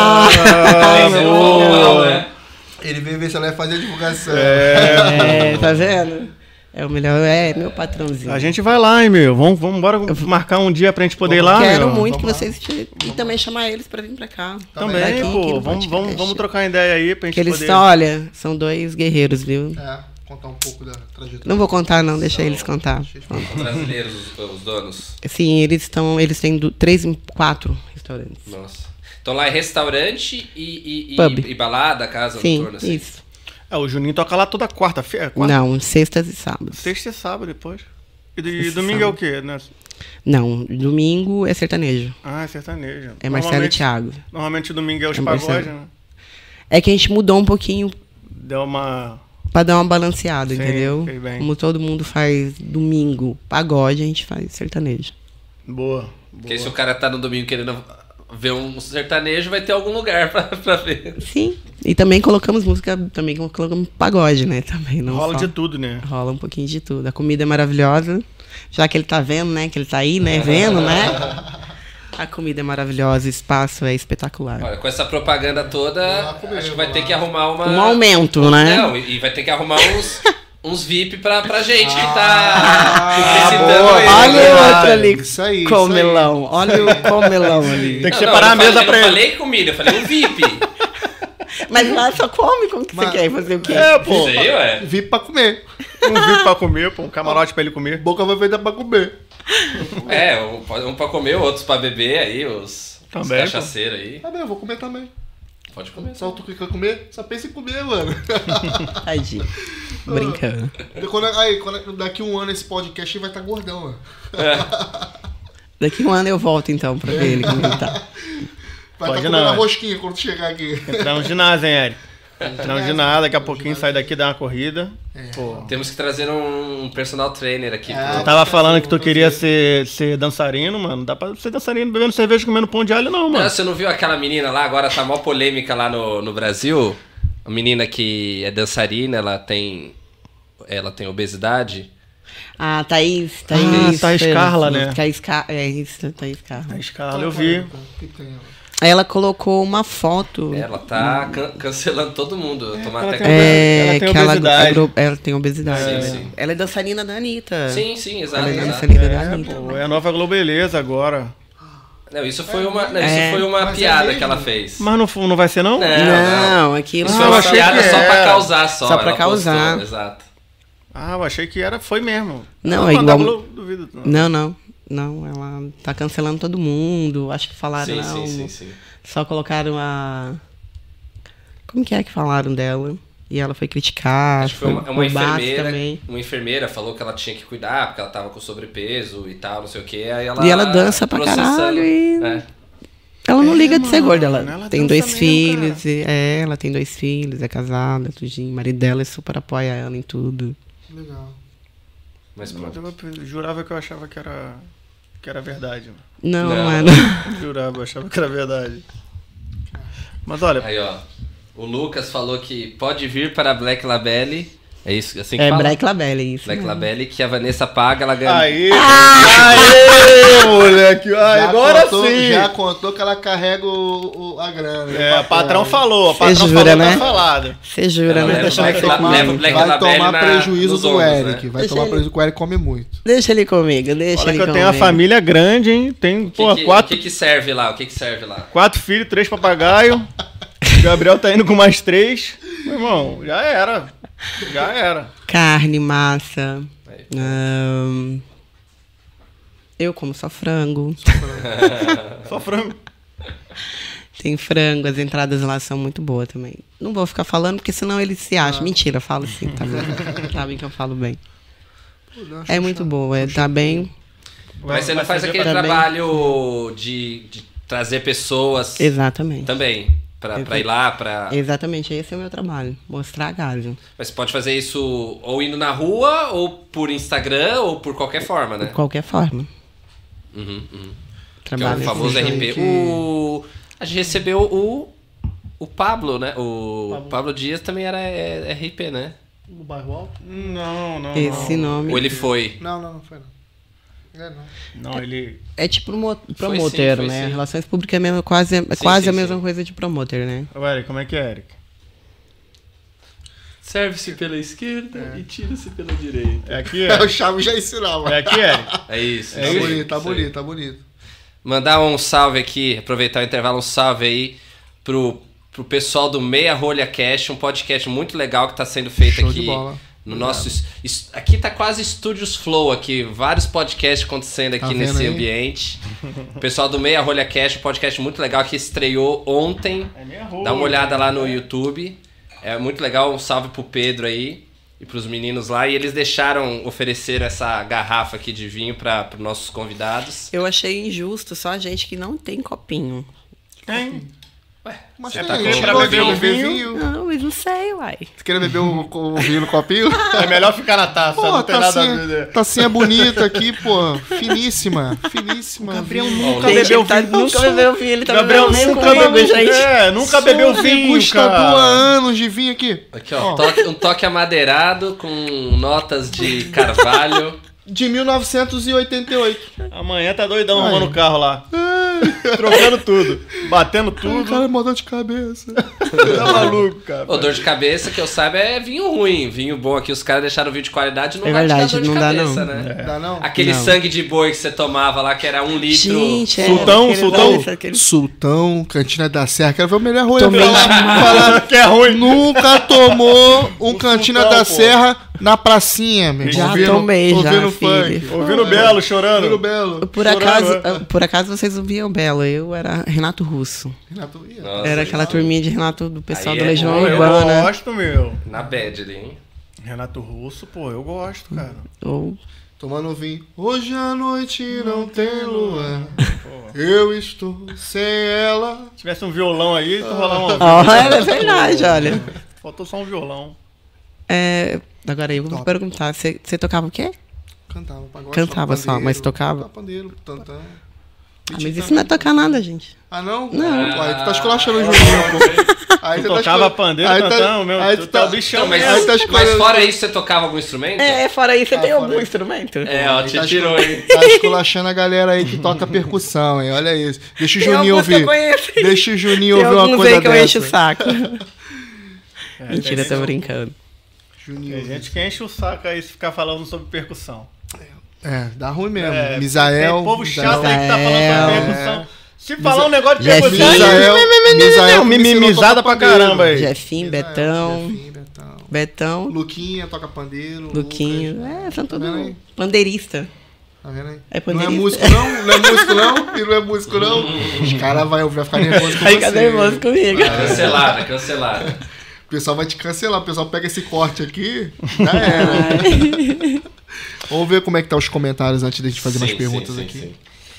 Ah, Você não falou mal, né? Ele veio ver se ela ia fazer a divulgação. Tá vendo? É o melhor, meu patrãozinho. A gente vai lá, hein, meu. Vamos embora marcar um dia pra gente poder ir lá, Quero meu. muito que Vamos vocês e também chamar eles pra vir pra cá. Também, Daqui, aqui pô. no Vamos podcast. trocar ideia aí pra gente Que eles poder... estão, olha, são 2 guerreiros, viu? Contar um pouco da trajetória. Não vou contar, não, deixa eles contar. São brasileiros os donos. Sim, eles têm 4 restaurantes. Nossa. Então lá é restaurante e Pub. balada, casa Sim, noturna, assim. isso. O Juninho toca lá toda quarta-feira. Não, sextas e sábados. Sexta e sábado depois. E Sexta e domingo é o quê? Né? Não, domingo é sertanejo. Ah, é sertanejo. É Marcelo e Thiago. Normalmente domingo é os É pagodes, Marcelo. né? É que a gente mudou um pouquinho Deu uma... pra dar uma balanceada, Sim, entendeu? fez bem. Como todo mundo faz domingo pagode, a gente faz sertanejo. Boa. Porque se o cara tá no domingo querendo ver um sertanejo, vai ter algum lugar pra ver. Sim. E também colocamos música, também colocamos pagode, né? Também não Rola só. de tudo, né? Rola um pouquinho de tudo. A comida é maravilhosa. Já que ele tá vendo, né? Que ele tá aí, né? Vendo, né? A comida é maravilhosa, o espaço é espetacular. Olha, com essa propaganda toda, acho que vai ter que arrumar Um aumento, né? Não, e vai ter que arrumar uns VIP pra gente que tá necessitando boa. ele. Olha né? o outro ali, Isso aí, comelão. Olha o comelão ali. Tem que Não, separar a eu não mesa falei, pra eu não ele. falei comida, eu falei o VIP. Mas lá só come, como que Mas- você quer fazer o quê? É, pô. Sei, ué. Vi pra comer. Um VIP pra comer, pô. Um camarote pra ele comer. Boca vai feita pra comer. É, um pra comer, outros pra beber aí, os Também, cachaceiros aí. Tá bem, eu vou comer também. Pode comer. Só tu que quer comer? Só pensa em comer, mano. Tadinho. Brincando. Daqui um ano esse podcast vai estar gordão, mano. Daqui um ano eu volto então pra ver ele como ele tá. Vai Pode estar não, comendo a é. rosquinha quando tu chegar aqui. Entrar no ginásio, hein, Eric? Entrar no ginásio, daqui a pouquinho sai daqui, dar uma corrida. Pô. Temos que trazer um personal trainer aqui. Tu tava falando que tu queria ser dançarino, mano. Dá pra ser dançarino bebendo cerveja e comendo pão de alho, não, mano. Não, você não viu aquela menina lá, agora tá mó polêmica lá no Brasil? A menina que é dançarina, ela tem obesidade. Ah, Thaís Thaís Carla, né? É isso, Thaís Carla. A escala eu vi. Que tem, ó. Aí ela colocou uma foto. Ela tá cancelando todo mundo. Tomar ela até tem- ela tem que obesidade. ela tem obesidade. Sim, sim. Ela é dançarina da Anitta. Sim, exato. Ela é exato. dançarina da Anitta. Pô, é a nova Globeleza agora. Não, isso foi uma Mas é piada mesmo? que ela fez. Mas não vai ser, não? Não, aquilo Isso Ah, foi eu uma achei piada que só pra era. causar só. Só pra ela postou, causar. exato. Ah, eu achei que foi mesmo. Não, Ah, é da igual- Globo, duvido. Não. Não, ela tá cancelando todo mundo. Acho que falaram, não. Sim. Só colocaram a. Como que é que falaram dela? E ela foi criticar. Acho que foi uma bate enfermeira. também. Uma enfermeira falou que ela tinha que cuidar, porque ela tava com sobrepeso e tal, não sei o que. E ela dança pra caralho e- É. Ela não liga de ser mano, gorda. Ela ela tem dança 2 mesmo, filhos. Ela tem 2 filhos, é casada, tudinho. O marido dela super apoia ela em tudo. Legal. Mas Mas pronto. eu jurava que eu achava que era verdade. Mano. Não, Não. mano. Eu jurava, eu achava que era verdade. Mas olha, Aí, ó. O Lucas falou que pode vir para Black Labelle. É isso, assim que É fala? Black Labelle, isso. Black mesmo. Labelle, que a Vanessa paga, ela ganha. Aê, aê, moleque. Ai, Já agora contou, sim. Já contou que ela carrega a grana. É, o patrão falou. O Cê patrão jura, falou, né? tá falado. Você jura, Ela né? leva Deixa Black ele La- comigo. leva Black Vai Labelle tomar prejuízo nos do ombros, Eric. né? Vai Deixa tomar ele- prejuízo que o Eric come muito. Deixa ele comigo, deixa Olha ele que eu comigo. tenho uma família grande, hein? Tem, pô, O que serve lá? O que serve lá? 4 filhos, 3 papagaios. O Gabriel tá indo com mais 3. Meu irmão, já era. Já era. Carne, massa. Aí. Eu como só frango. Só frango. Tem frango, as entradas lá são muito boas também. Não vou ficar falando, porque senão ele se acha. Mentira, eu falo sim, tá bom? Sabem que eu falo bem. É muito boa, tá bem. Mas você não faz aquele Também. trabalho de trazer pessoas Exatamente. também, pra ir lá, pra... Exatamente, esse é o meu trabalho. Mostrar a galho. Mas você pode fazer isso ou indo na rua, ou por Instagram, ou por qualquer forma, né? De qualquer forma. Que é Trabalho o famoso assim. RP. A gente recebeu o Pablo, né? O Pablo Dias também era RP, né? No bairro alto? Não. Esse nome. Ou ele foi? Não foi não. Não, ele... É tipo promoter, foi né? sim. Relações públicas é mesmo, quase sim, a mesma sim. coisa de promoter, né? Ô, Eric, como é que é, Eric? Serve-se pela esquerda e tira-se pela direita. É aqui, O Eric? Chavo já ensinava. É aqui, Eric? É isso. Tá isso aí, bonito, tá isso aí. bonito, tá bonito. Mandar um salve aqui, aproveitar o intervalo, um salve aí pro pessoal do Meia Rolha Cast, um podcast muito legal que tá sendo feito Show de aqui bola. no nosso... Aqui tá quase Studios Flow aqui, vários podcasts acontecendo aqui Tá vendo nesse aí? ambiente. O pessoal do Meia Rolha Cast, um podcast muito legal que estreou ontem. É meia rua. Dá uma olhada lá no YouTube. É muito legal, um salve pro Pedro aí e pros meninos lá. E eles ofereceram essa garrafa aqui de vinho para os nossos convidados. Eu achei injusto só a gente que não tem copinho. Tem. Mas É tem, pra gente beber gosta de um beber vinho. vinho. Não, mas não sei, uai. Você quer beber o vinho no copinho? É melhor ficar na taça, Pô, não tem nada a ver. tacinha, tacinha bonita aqui, pô. Finíssima. Gabriel vinho. nunca Gente, bebeu ele tá- vinho. nunca bebeu vinho, ele tá Gabriel bebendo nunca comigo, bebeu gente. É, nunca bebeu Sou vinho, degustador há cara. anos de vinho aqui. Aqui, ó, um toque amadeirado com notas de carvalho. De 1988. Amanhã tá doidão Ai. arrumando o carro lá. Trocando tudo. Batendo tudo. Cara, mó dor de cabeça. Tá maluco, cara. Ô, dor de cabeça, que eu saiba, é vinho ruim. Vinho bom aqui, os caras deixaram vinho de qualidade, não É vai te dar verdade, dor de não dá, cabeça, não. né? Dá não? Aquele Não. sangue de boi que você tomava lá, que era 1 litro. Gente, Sultão, Sultão. Sultão, Cantina da Serra. Quero ver o melhor rolê. Tomei Falaram que é ruim. Nunca tomou um Cantina Sultão, da pô. Serra na pracinha, meu. Já Ouvindo- tomei, já, ouvindo filho. funk. Ouvindo o Belo chorando. Ouvindo Belo. Por Chorando, acaso vocês ouviam Belo, eu era Renato Russo. Renato, ia. Nossa, Era aí aquela turminha de Renato do pessoal Aí do é Legião bom, Eu Urbana. gosto, meu. na bad ali, hein? Renato Russo, pô, eu gosto, cara. Ou Tomando vinho. Hoje a noite não tem lua. Eu estou sem ela. Se tivesse um violão aí, tu rolar uma. Ó, é verdade, olha. Faltou só um violão. Agora eu vou Top. perguntar, você tocava o quê? Cantava, pagode, Cantava só, pandeiro, mas tocava? Pandeiro, tantã. Ah, mas isso não é tocar nada, gente. Ah, não? Não. Pô, aí tu tá esculachando o Juninho, pô. Aí Tu tá tocava escul- pandeiro, aí tá- tantão, meu. aí Tu tu tá tá- o bichão. Não, mas, Aí tá mas escolhendo- fora isso, você tocava algum instrumento? Fora isso, você tem fora algum isso. instrumento? É, ó, Aí te tá tirou, hein? Tá esculachando a galera aí que toca percussão, hein? Olha isso. Deixa o Tem Juninho alguns que eu ouvir. conheço. Deixa o Juninho Tem ouvir uma alguns coisa aí que eu encho o dessa. saco. É, Mentira, tem tô brincando. Juninho Tem ouvir. gente que enche o saco aí se ficar falando sobre percussão. É, dá ruim mesmo. É, Misael. tem povo Misael. chato aí que tá falando Misael. sobre percussão. Se falar um negócio de Jefinho. percussão, Misael me ensinou a mimimizada tocar pra pandeiro. caramba aí. Jefinho, Betão. Jefinho, Betão. Betão, Luquinha toca pandeiro. Luquinho. Lucas. São Tá vendo aí? todos pandeirista. Tá vendo aí? É Não é pandeirista. músico não? Não é músico não? E não é músico não? Os caras vão ficar nervosos com Aí você. fica nervoso comigo. Cancelada, cancelada. O pessoal vai te cancelar. O pessoal pega esse corte aqui, já era. Vamos ver como é que tá os comentários antes de a gente fazer mais Sim, perguntas sim, aqui. sim.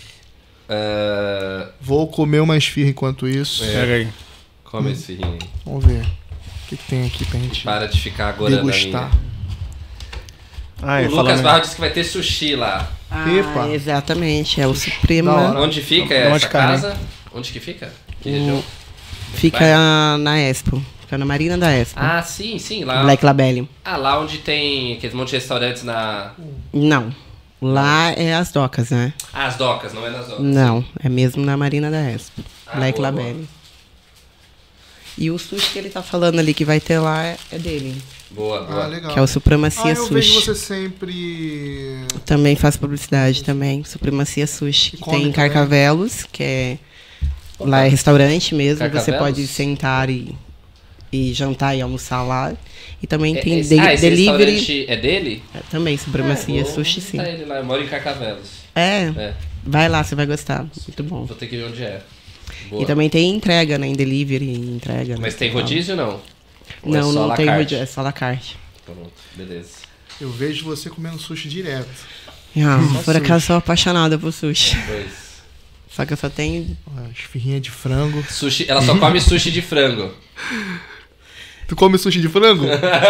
Vou comer uma esfirra enquanto isso. Pega aí. Come esse rim aí. Vamos ver. O que tem aqui pra gente Para de ficar agora na degustar. minha. Aí, O Lucas falando- Barro disse que vai ter sushi lá. Epa. Exatamente, é o Da Suprema. hora. Onde fica Onde essa fica, né? casa? Onde que fica? Que região? Fica na Expo. Fica na Marina da Expo. Ah, sim, lá. Black Label. Ah, lá onde tem aqueles monte de restaurantes na... Não. Lá é as docas, né? Ah, as docas, não é nas docas. Não, é mesmo na Marina da Expo. Black boa, Label. boa. E o sushi que ele tá falando ali que vai ter lá é dele. Boa, boa. Ah, legal. Que é o Supremacia eu vejo Sushi. você sempre... Também faz publicidade também. Supremacia Sushi. E Que come tem em também? Carcavelos, que é... Lá é restaurante mesmo. Você Carcavelos? pode sentar e jantar e almoçar lá. E também tem esse delivery. restaurante é dele? Também, Supremacia Vou Sushi, sim. visitar ele lá, eu moro em Carcavelos. É, vai lá, você vai gostar. Muito bom. Vou ter que ver onde é. Boa. E também tem entrega, né? Em delivery, entrega. Mas né, tem tal. rodízio ou não? Ou Não, é só não la tem carte? rodízio, é só la carte. Pronto, beleza. Eu vejo você comendo sushi direto. Por sushi. acaso sou apaixonada por sushi. Pois. Só que eu só tenho... As esfirrinhas de frango. Sushi, ela só come sushi de frango. Tu come sushi de frango?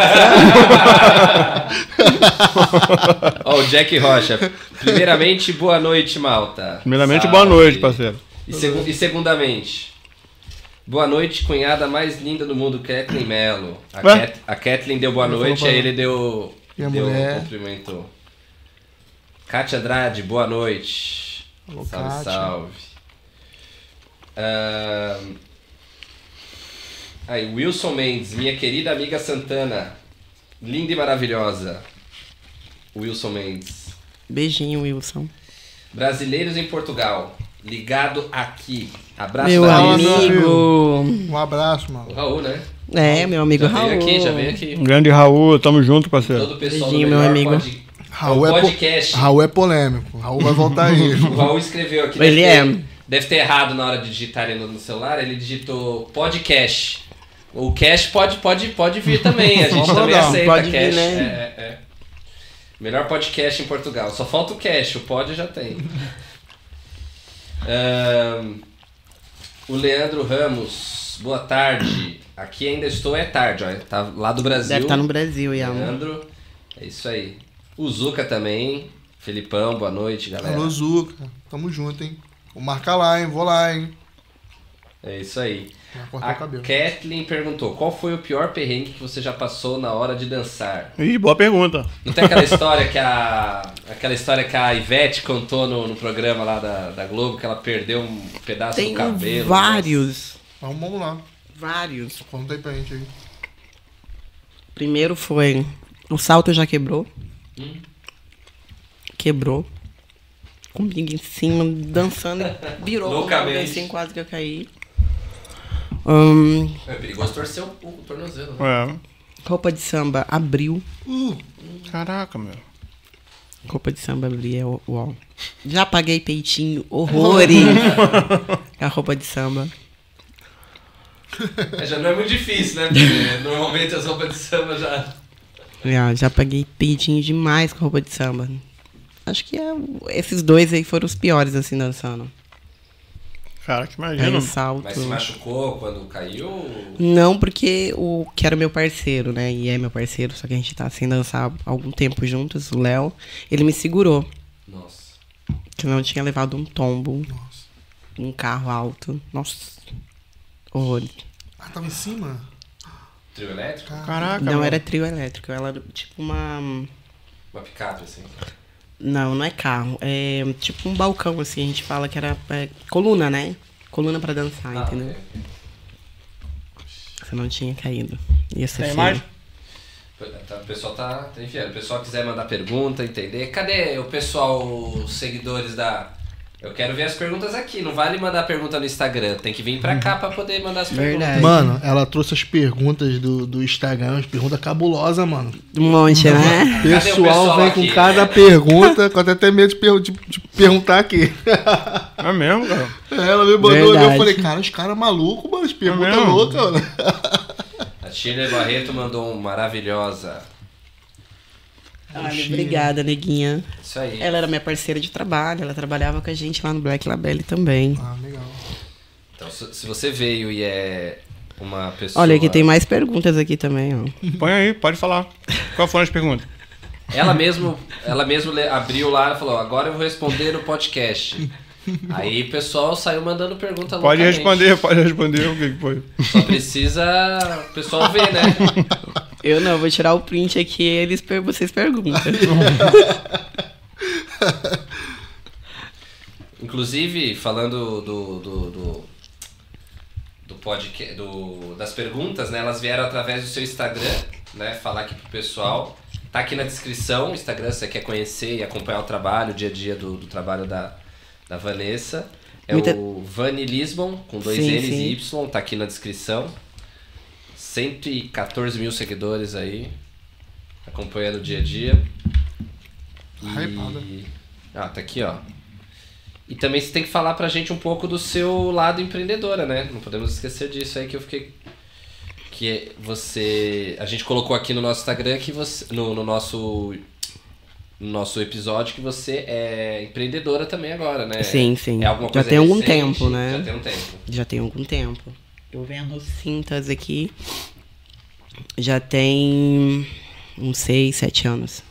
Ó, o Jack Rocha. Primeiramente, boa noite, malta. Primeiramente, Salve. boa noite, parceiro. E segundamente, boa noite, cunhada mais linda do mundo, Kathleen Mello. A Kathleen deu boa Ele noite, falou aí boa ele deu E a mulher? cumprimentou. Kátia Andrade, boa noite. Alô, Salve, Kátia. salve. Aí, Wilson Mendes, minha querida amiga Santana. Linda e maravilhosa. Wilson Mendes. Beijinho, Wilson. Brasileiros em Portugal. Ligado aqui. Abraço Meu da amigo. Um abraço, mano. O Raul, né? É, meu amigo Já Raul. veio aqui. Um grande Raul, tamo junto, parceiro. Todo o pessoal Beijinho, do meu melhor amigo. Raul é, podcast. Raul é polêmico. Raul vai voltar aí. O Raul escreveu aqui. Ele Deve ter errado na hora de digitar ele no celular. Ele digitou podcast. O cash pode vir também. A gente Vamos também mandar. aceita Pode cash. vir, né? É. Melhor podcast em Portugal. Só falta o cash. O pod já tem. O Leandro Ramos. Boa tarde. Aqui ainda estou, é tarde. Ó. Tá lá do Brasil. Deve estar no Brasil, Ian. Leandro. É isso aí. O Zuca também. Felipão, boa noite, galera. Alô, Zuca. Tamo junto, hein? Vou marcar lá, hein? Vou lá, hein? É isso aí. Vai cortar A o cabelo. Kathleen perguntou: qual foi o pior perrengue que você já passou na hora de dançar? Ih, boa pergunta. Não tem aquela história que a Ivete contou no programa lá da Globo, que ela perdeu um pedaço Tem do cabelo? vários. Vamos lá. Vários. Conta aí pra gente aí. Primeiro foi... O salto já quebrou. Quebrou. Comigo em cima, dançando. Virou. Loucamente. Assim, quase que eu caí. É perigoso torcer o tornozelo, né? É. Roupa de samba abriu. Caraca, meu. Roupa de samba abriu. Uau. Já paguei peitinho. Horrores. A roupa de samba. Já não é muito difícil, né? Porque normalmente as roupas de samba já... Já paguei peitinho demais com roupa de samba. Acho que esses dois aí foram os piores, assim, dançando. Cara, que Aí imagina. o salto. Mas se machucou quando caiu? Não, porque o que era meu parceiro, né? E é meu parceiro, só que a gente tá sem dançar há algum tempo juntos, o Léo. Ele me segurou. Nossa. Que eu não tinha levado um tombo. Nossa. Um carro alto. Nossa. Horror. Ah, tava em cima? Trio elétrico? Caraca, Não meu. era trio elétrico, ela era tipo uma... Uma picape, assim. Não é carro. É tipo um balcão, assim. A gente fala que era coluna, né? Coluna pra dançar, entendeu? Ok. Você não tinha caído. Ia ser Tem feio. mais? O pessoal tá enfiando. O pessoal quiser mandar pergunta, entender. Cadê o pessoal, os seguidores da... Eu quero ver as perguntas aqui. Não vale mandar pergunta no Instagram. Tem que vir pra cá pra poder mandar as perguntas. Verdade. Mano, ela trouxe as perguntas do Instagram, as perguntas cabulosas, mano. Um monte, né? O Cadê o pessoal pessoal vem aqui? com cada pergunta, com até medo de perguntar aqui. É mesmo, cara. Ela me mandou ali, eu Verdade. falei, cara, os caras malucos, mano, as perguntas mesmo? loucas, mano. A Shirley Barreto mandou um maravilhosa. Olha, obrigada, neguinha. Isso aí. Ela era minha parceira de trabalho, ela trabalhava com a gente lá no Black Label também. Ah, legal. Então, se você veio e é uma pessoa... Olha, aqui tem mais perguntas aqui também, ó. Põe aí, pode falar. Qual foram as perguntas? Ela mesmo abriu lá e falou, agora eu vou responder no podcast. Aí o pessoal saiu mandando pergunta Pode loucamente. responder o que foi. Só precisa o pessoal ver, né? Eu não, vou tirar o print aqui e vocês perguntam. Inclusive, falando do podcast, das perguntas, né? Elas vieram através do seu Instagram, né? Falar aqui pro pessoal. Tá aqui na descrição o Instagram, se você quer conhecer e acompanhar o trabalho, o dia a dia do trabalho da Vanessa. É o Vani Lisbon, com 2 N's e Y, tá aqui na descrição. 114 mil seguidores aí, acompanhando o dia a dia. Tá aqui, ó. E também você tem que falar pra gente um pouco do seu lado empreendedora, né? Não podemos esquecer disso aí que eu fiquei... Que você... A gente colocou aqui no nosso Instagram que você... No nosso episódio que você é empreendedora também agora, né? Sim, sim. É alguma coisa já tem algum recente? tempo, né? Já tem um tempo. Já tem algum tempo. Eu vendo cintas aqui. Já tem uns 6, 7 anos.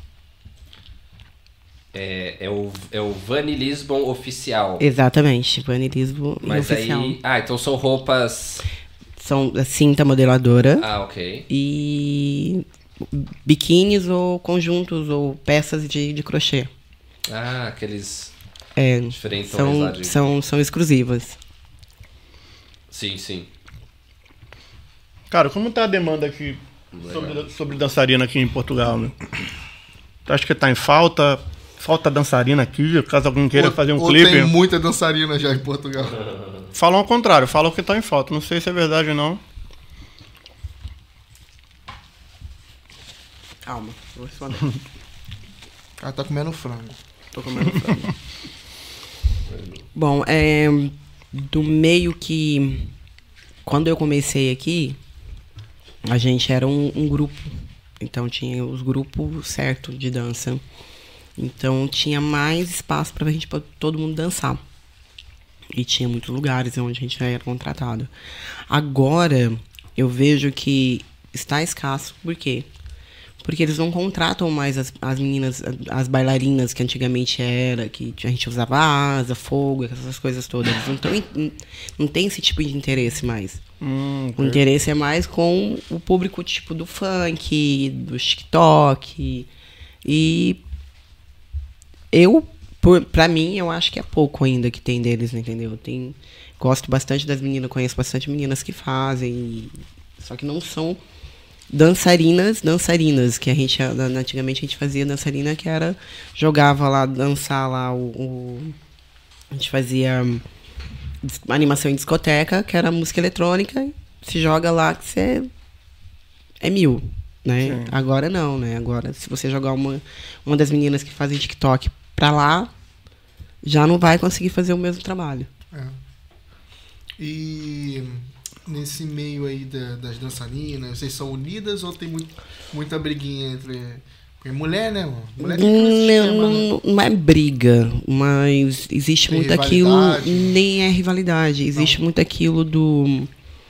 É o Vani Lisbon Oficial. Exatamente, Vani Lisbon Mas Oficial. aí... Ah, então são roupas... São cinta modeladora. Ah, ok. E biquínis ou conjuntos ou peças de crochê. Ah, aqueles... diferentes São, são exclusivas. Sim, sim. Cara, como tá a demanda aqui sobre dançarina aqui em Portugal, né? Tu acha que tá em falta? Falta dançarina aqui, caso alguém queira fazer um clipe. Tem muita dançarina já em Portugal. Falam ao contrário, falam que tá em falta. Não sei se é verdade ou não. Calma, vou responder. O cara tá comendo frango. Tô comendo frango. Bom, do meio que... Quando eu comecei aqui, a gente era um grupo. Então tinha os grupos certos de dança. Então tinha mais espaço pra gente, pra todo mundo dançar. E tinha muitos lugares onde a gente já era contratado. Agora, eu vejo que está escasso. Por quê? Porque eles não contratam mais as meninas, as bailarinas que antigamente era, que a gente usava asa, fogo, essas coisas todas. Eles não tem esse tipo de interesse mais. O interesse é mais com o público tipo do funk, do TikTok. E pra mim, eu acho que é pouco ainda que tem deles, entendeu? Gosto bastante das meninas, conheço bastante meninas que fazem, só que não são dançarinas, que antigamente a gente fazia dançarina que era, jogava lá, dançar lá, a gente fazia animação em discoteca, que era música eletrônica, se joga lá que você é 1000. Né? Sim. Agora não, né? Agora, se você jogar uma das meninas que fazem TikTok pra lá, já não vai conseguir fazer o mesmo trabalho. E nesse meio aí das dançarinas, vocês são unidas ou tem muita briguinha entre... Porque mulher, né, mano? Mulher tem aquele sistema, né? Não é briga, mas existe Tem muito rivalidade. aquilo... Nem é rivalidade. Existe muito aquilo do...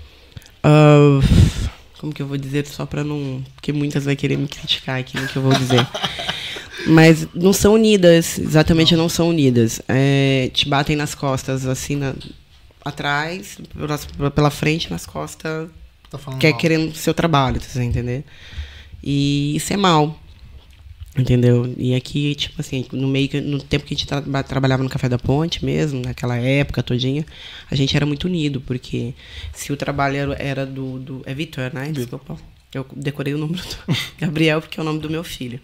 como que eu vou dizer só pra não... Porque muitas vai querer me criticar aqui no que eu vou dizer. Mas não são unidas. Exatamente, não são unidas. Te batem nas costas, assim, atrás, pela frente, nas costas. Tá falando mal. Querendo seu trabalho, você entender? E isso é mal. Entendeu? E aqui, tipo assim, no tempo que a gente trabalhava no Café da Ponte mesmo, naquela época todinha, a gente era muito unido, porque se o trabalho era do... É Vitor, né? Desculpa. Eu decorei o nome do Gabriel, porque é o nome do meu filho.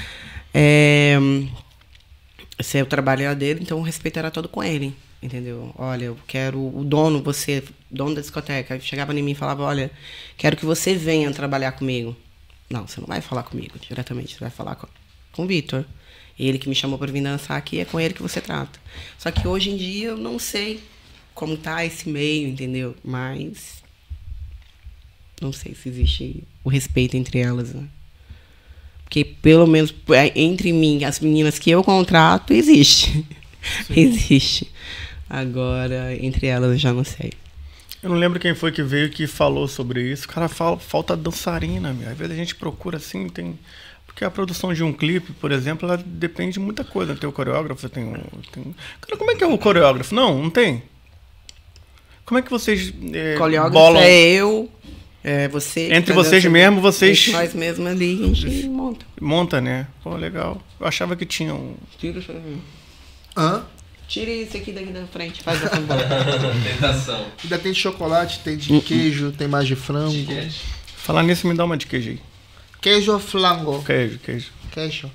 Se o trabalho era dele, então o respeito era todo com ele. Entendeu? Olha, eu quero o dono, você, dono da discoteca, chegava em mim e falava, olha, quero que você venha trabalhar comigo. Não, você não vai falar comigo diretamente, você vai falar com o Vitor. Ele que me chamou para vir dançar aqui, é com ele que você trata. Só que hoje em dia eu não sei como tá esse meio, entendeu? Mas não sei se existe o respeito entre elas, né? Porque pelo menos entre mim e as meninas que eu contrato, existe. Existe. Agora, entre elas, eu já não sei. Eu não lembro quem foi que veio que falou sobre isso. O cara fala, falta dançarina, meu. Às vezes a gente procura assim, tem... Porque a produção de um clipe, por exemplo, ela depende de muita coisa. Tem o coreógrafo, tem... Cara, como é que é o coreógrafo? Não tem. Como é que vocês Coreógrafo bolam... você... Entre vocês mesmo, vocês... Entre nós mesmos ali, a gente monta. Monta, né? Pô, legal. Eu achava que tinha um... Tira isso aí. Hã? Tira isso aqui daqui da frente, faz a tambor. Tentação. Ainda tem de chocolate, tem de queijo, tem mais de frango. Falar nisso, me dá uma de queijo aí. Queijo ou flango? Queijo. Queijo.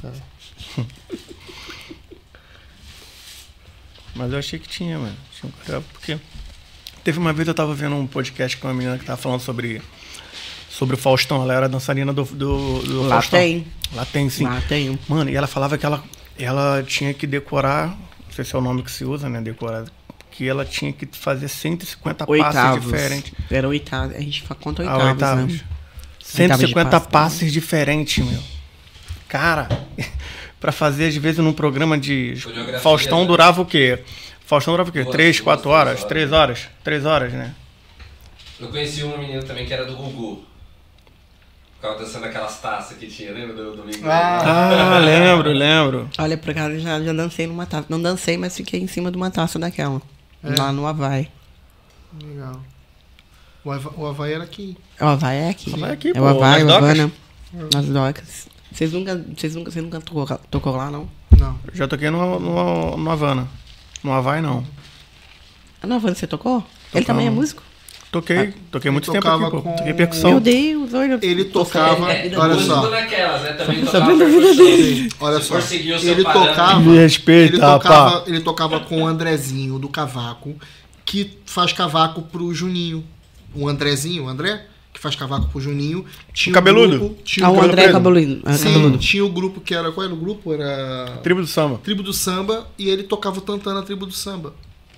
Mas eu achei que tinha, mano. Tinha um coreógrafo, porque... Teve uma vez eu tava vendo um podcast com uma menina que tava falando sobre o Faustão. Ela era dançarina do Lá Faustão. tem. Lá tem, sim. Lá tem. Mano, e ela falava que ela tinha que decorar, não sei se é o nome que se usa, né? Decorar. Que ela tinha que fazer 150 passes diferentes. Era oitavos. A gente conta Ah, oitavos, oitavos. né? 150 de passes diferentes, meu. Cara, pra fazer, às vezes, num programa de... Coreografia, Faustão né? durava o quê? Faustão durava o quê? 3, 4 duas horas? 3 horas? 3 horas, né? Eu conheci uma menina também que era do Gugu. Ficava dançando aquelas taças que tinha, lembra do Miguel? Ah, lembro. Olha, por acaso já dancei numa taça. Não dancei, mas fiquei em cima de uma taça daquela. Lá no Havaí. Legal. O Havaí era aqui. O Havaí é aqui. Havaí é aqui, é pô, o Havaí, o nas docas? Havana. Nas docas. Você nunca tocou lá, não? Não. Já toquei no Havana. No Havaí, não. Ah, no Havana você tocou? Ele também é músico? Toquei muito tempo tocava aqui, pô. com- Toquei percussão. Meu Deus, olha. Ele tocava... É, olha músico só. naquelas, né? Também Tô tocava sabendo a vida percussão. Olha Se só. for seguir o seu Ele parâmetro. tocava... Me respeita, ele tocava com o Andrezinho, do cavaco, que faz cavaco pro Juninho. O Andrezinho, o André, que faz cavaco pro Juninho. Tinha O cabeludo? Grupo, tinha Ah, um o grupo- André Cabeludo. Sim, tinha o grupo que era... Qual era o grupo? Era... Tribo do Samba. Tribo do Samba, e ele tocava o tantã na Tribo do Samba.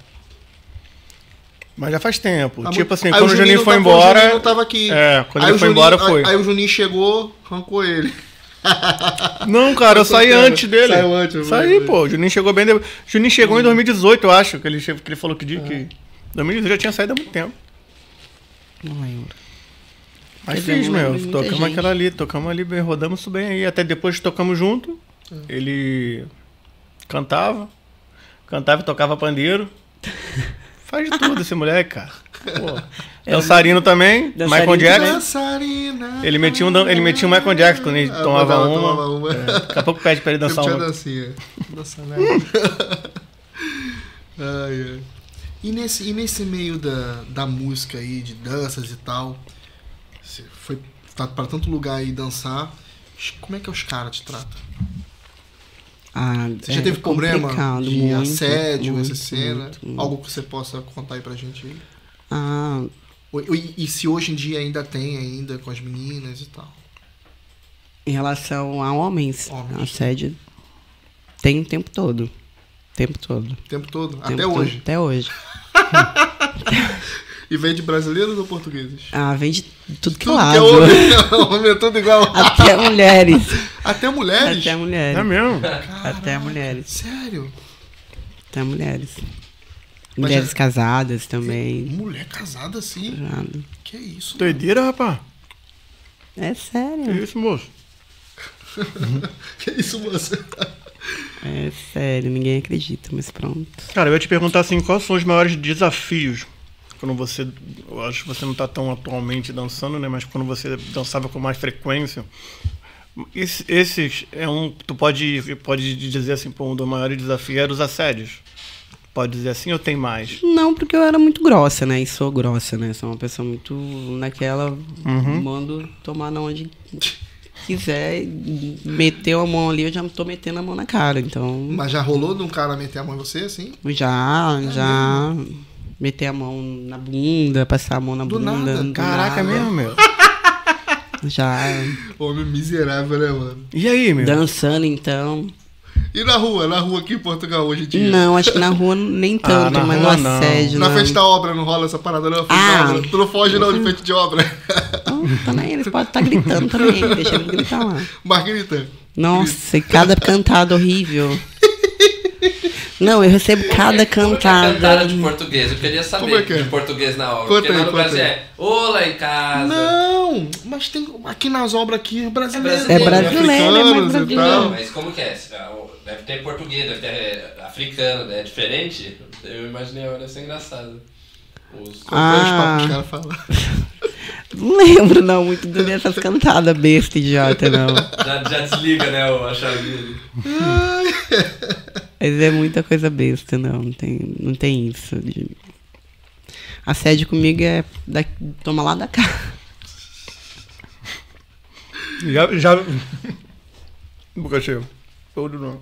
Mas já faz tempo. Tá Tipo muito- assim, Aí quando o Juninho não foi tava- embora... O Juninho não tava aqui. Quando Aí ele o foi Juninho- embora, foi. Aí o Juninho chegou, arrancou ele. Não, cara, eu saí Saiu antes dele. antes, Saí, vai. pô. O Juninho chegou bem depois. Juninho chegou em 2018, eu acho. Que ele falou que 2018 já tinha saído há muito tempo. Não lembro. Mas Quer dizer, fiz, não meu. lembro de muita Tocamos gente. aquela ali, tocamos ali, bem, rodamos isso bem aí. Até depois tocamos junto. Ele cantava e tocava pandeiro. Faz de tudo esse moleque, cara. Pô. Dançarino também, Dançarino Michael Jackson. Dançarina. Ele metia um Michael Jackson quando ele tomava tomava uma. Daqui a pouco pede pra ele dançar Tinha uma. dancinha. Dançar, né? Ai, ai. E nesse meio da música aí, de danças e tal, você foi pra tanto lugar aí dançar, como é que os caras te tratam? Ah, Você já teve problema complicado, de muito, assédio, muito, essa cena? muito. Algo que você possa contar aí pra gente aí? Ah, E se hoje em dia ainda tem, ainda com as meninas e tal? em relação a homens, Homens. assédio tem o tempo todo. Tempo todo. O tempo todo? Tempo Até todo, hoje? Até hoje. E vem de brasileiros ou portugueses? Ah, vem de tudo que é Tudo lado. que é homem, homem é tudo igual. Até mulheres. Até mulheres? Até mulheres. É mesmo? Até mulheres. Sério? Até mulheres. Mas Mulheres já- casadas também. Mulher casada assim? Já. Que isso? Doideira, rapaz. É Que sério. isso, moço? Que isso, moça? É sério, ninguém acredita, mas pronto. Cara, eu ia te perguntar assim, quais são os maiores desafios quando você, eu acho que você não tá tão atualmente dançando, né, mas quando você dançava com mais frequência, esses é tu pode dizer assim, pô, um dos maiores desafios era os assédios. Pode dizer assim ou tem mais? Não, porque eu era muito grossa, né? E sou grossa, né? Sou uma pessoa muito naquela... Mando tomar na onde quiser. Meteu a mão ali, eu já tô metendo a mão na cara. Então, Mas já rolou de um cara meter a mão em você assim? já... Meter a mão na bunda, passar a mão na Do bunda. nada. do Caraca, nada. mesmo, meu. Já Homem miserável, né, mano? E aí, meu? dançando, então... E na rua aqui em Portugal hoje em dia? Não, acho que na rua nem tanto, na mas rua no não. assédio, Na não. frente da obra não rola essa parada, não? Na frente da Ah. obra. Tu não foge não de frente de obra. Não, também, eles podem estar gritando também, deixa eles gritar lá. Margarita. Nossa, e cada cantada horrível. Não, eu recebo cada Como que é a cantada. cantada de português? Eu queria saber Como é que é? de português na obra. Conta Porque aí, lá no conta Brasil aí. é olá em casa. Não, mas tem aqui nas obras aqui brasileiras. É brasileiro, é mais africanos e brasileiro. tal. Não, mas como que é? Deve ter português, deve ter africano, é diferente? Eu imaginei, olha, isso é engraçado. Qual foi os papos que os caras falam? Não lembro, não, muito dessas cantadas besta, idiota, não. Já desliga, né, a chavinha. Mas é muita coisa besta, não tem isso. Assédio comigo é toma lá da cá. Já... Boca cheia. Todo não.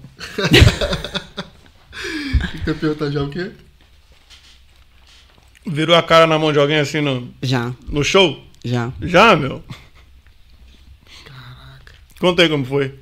Quer perguntar já o quê? Virou a cara na mão de alguém assim Já, no show? já. Já, meu? Caraca. Conta aí como foi.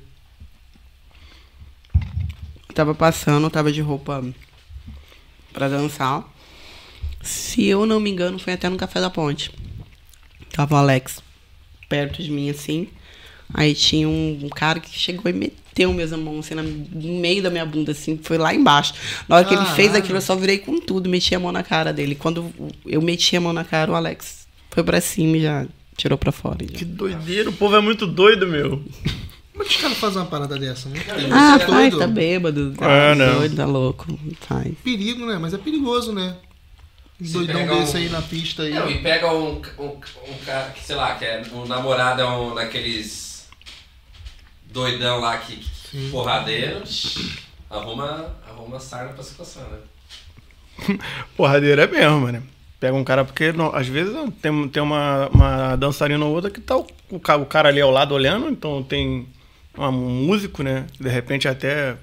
Tava passando, tava de roupa pra dançar. Se eu não me engano, foi até no Café da Ponte. Tava o Alex perto de mim, assim. Aí tinha um cara que chegou e meteu mesmo a mão, assim, no meio da minha bunda, assim. Foi lá embaixo. Na hora que ele fez aquilo, eu só virei com tudo, meti a mão na cara dele. Quando eu meti a mão na cara, o Alex foi pra cima e já tirou pra fora. Já. Que doideira, o povo é muito doido, meu. Como é que os caras fazem uma parada dessa, né? Ah, Você é faz, doido? tá bêbado, tá não. doido, tá louco. Faz. Perigo, né? Mas é perigoso, né? Se Doidão pega desse aí na pista aí. Não, e pega um cara que, sei lá, que é um namorado, é um daqueles doidão lá que porradeiro, arruma sarna pra situação, né? Porradeira é mesmo, mano. Pega um cara, porque às vezes tem uma dançarina ou outra que tá o cara ali ao lado olhando, então tem um músico, né? De repente até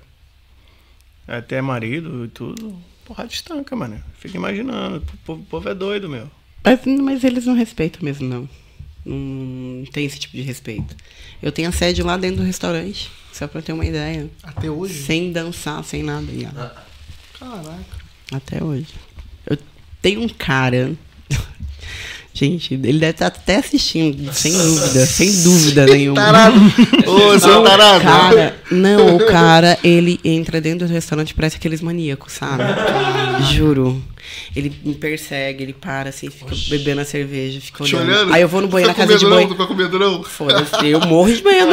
marido e tudo. Porrada estanca, mano. Fica imaginando. O povo é doido, meu. Mas eles não respeitam mesmo, não. Não tem esse tipo de respeito. Eu tenho assédio lá dentro do restaurante, só pra ter uma ideia. Até hoje? Sem dançar, sem nada. Já. Caraca. Até hoje. Eu tenho um cara... Gente, ele deve estar até assistindo, sem dúvida nenhuma. Tarado. Ô, seu tarado. O cara, ele entra dentro do restaurante, parece aqueles maníacos, sabe? Juro. Ele me persegue, ele para assim, fica bebendo a cerveja, fica Te olhando. olhando? Aí eu vou no banheiro Tá na casa de com medo banho. não? Tá com medo não? Foda-se, eu morro de banho.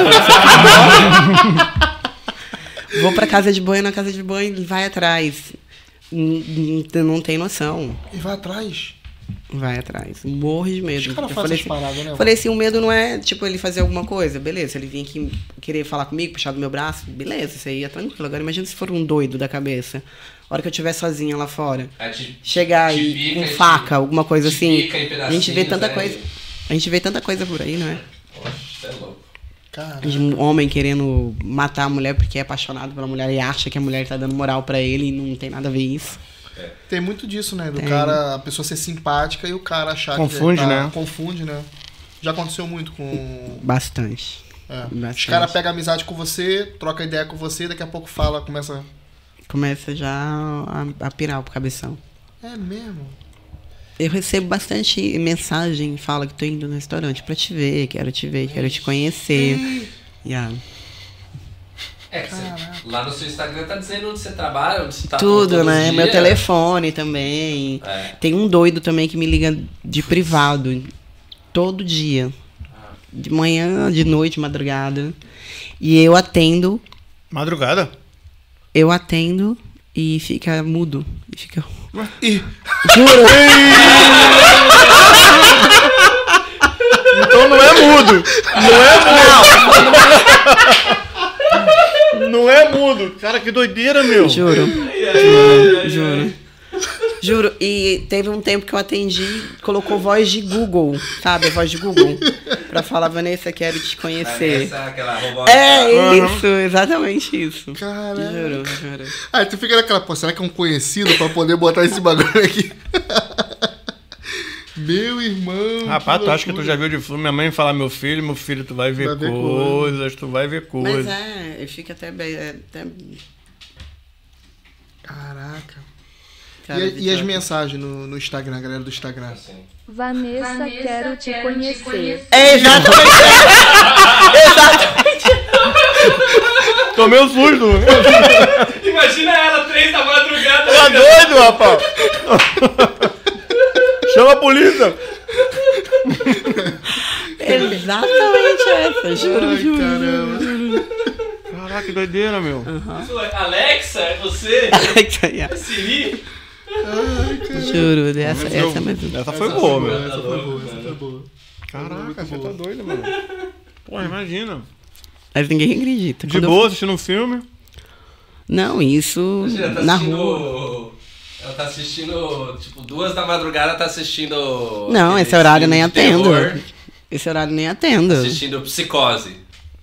Vou pra casa de banho, na casa de banho, ele vai atrás. Não tem noção. E vai atrás. Vai atrás. Morro de medo. Os caras Eu fazem falei as paradas, né? falei assim, o medo não é, tipo, ele fazer alguma coisa. Beleza, se ele vir aqui querer falar comigo, puxar do meu braço, beleza, isso aí é tranquilo. Agora imagina se for um doido da cabeça. A hora que eu estiver sozinha lá fora. Chegar aí com faca, alguma coisa assim. A gente vê tanta coisa. A gente vê tanta coisa por aí, não é? Poxa, você é louco. Cara. De um homem querendo matar a mulher porque é apaixonado pela mulher e acha que a mulher tá dando moral pra ele e não tem nada a ver isso. Tem muito disso, né? Do Tem. cara, a pessoa ser simpática e o cara achar Confunde, que né? Confunde, né? Já aconteceu muito com... Bastante. É. Os Bastante. caras pegam amizade com você, troca ideia com você, daqui a pouco fala, começa... Começa já a pirar pro cabeção. É mesmo? Eu recebo bastante mensagem, fala que tô indo no restaurante pra te ver, quero te conhecer. Yeah. Lá no seu Instagram tá dizendo onde você trabalha, onde você tá Tudo, todos né? os Meu dias. telefone também. É. Tem um doido também que me liga de privado todo dia. De manhã, de noite, madrugada. E eu atendo Madrugada? e fica mudo. E fica... Ih, Juro! Então não é mudo. Não é mudo. Cara, que doideira, meu. Juro. Juro. E teve um tempo que eu atendi, colocou voz de Google, sabe? A voz de Google. Pra falar, Vanessa, quero te conhecer. Aquela robótica. É isso, exatamente isso. Caraca. Juro. Aí tu fica naquela, pô, será que é um conhecido pra poder botar esse bagulho aqui? Meu irmão. Rapaz, tu acha que tu loucura. já viu de filme? Minha mãe fala, meu filho, tu vai ver, Vai ver coisas, tu vai ver Mas coisas. ele fica até... Caraca. Cara, E as mensagens no Instagram, a galera do Instagram? Vanessa, quero te conhecer. É exatamente. Tomei um susto. Imagina ela 3 da madrugada. Tá doido, rapaz? Chama a polícia. Exatamente essa, juro, Ai, juro. caramba. Caraca, que doideira, meu. Alexa, é você? Alexa, Siri? juro, essa mesmo. Essa foi boa, meu. Essa foi boa, essa foi boa. Caraca, você tá doido, mano. Pô, imagina. Mas ninguém acredita. De Quando eu- boa, assistindo um filme. Não, isso Imagina, tá na assistindo- rua. Ela tá assistindo, tipo, 2 da madrugada, tá assistindo... Não, aqueles esse horário nem filmes de atendo. terror, Esse horário nem atendo. Assistindo Psicose.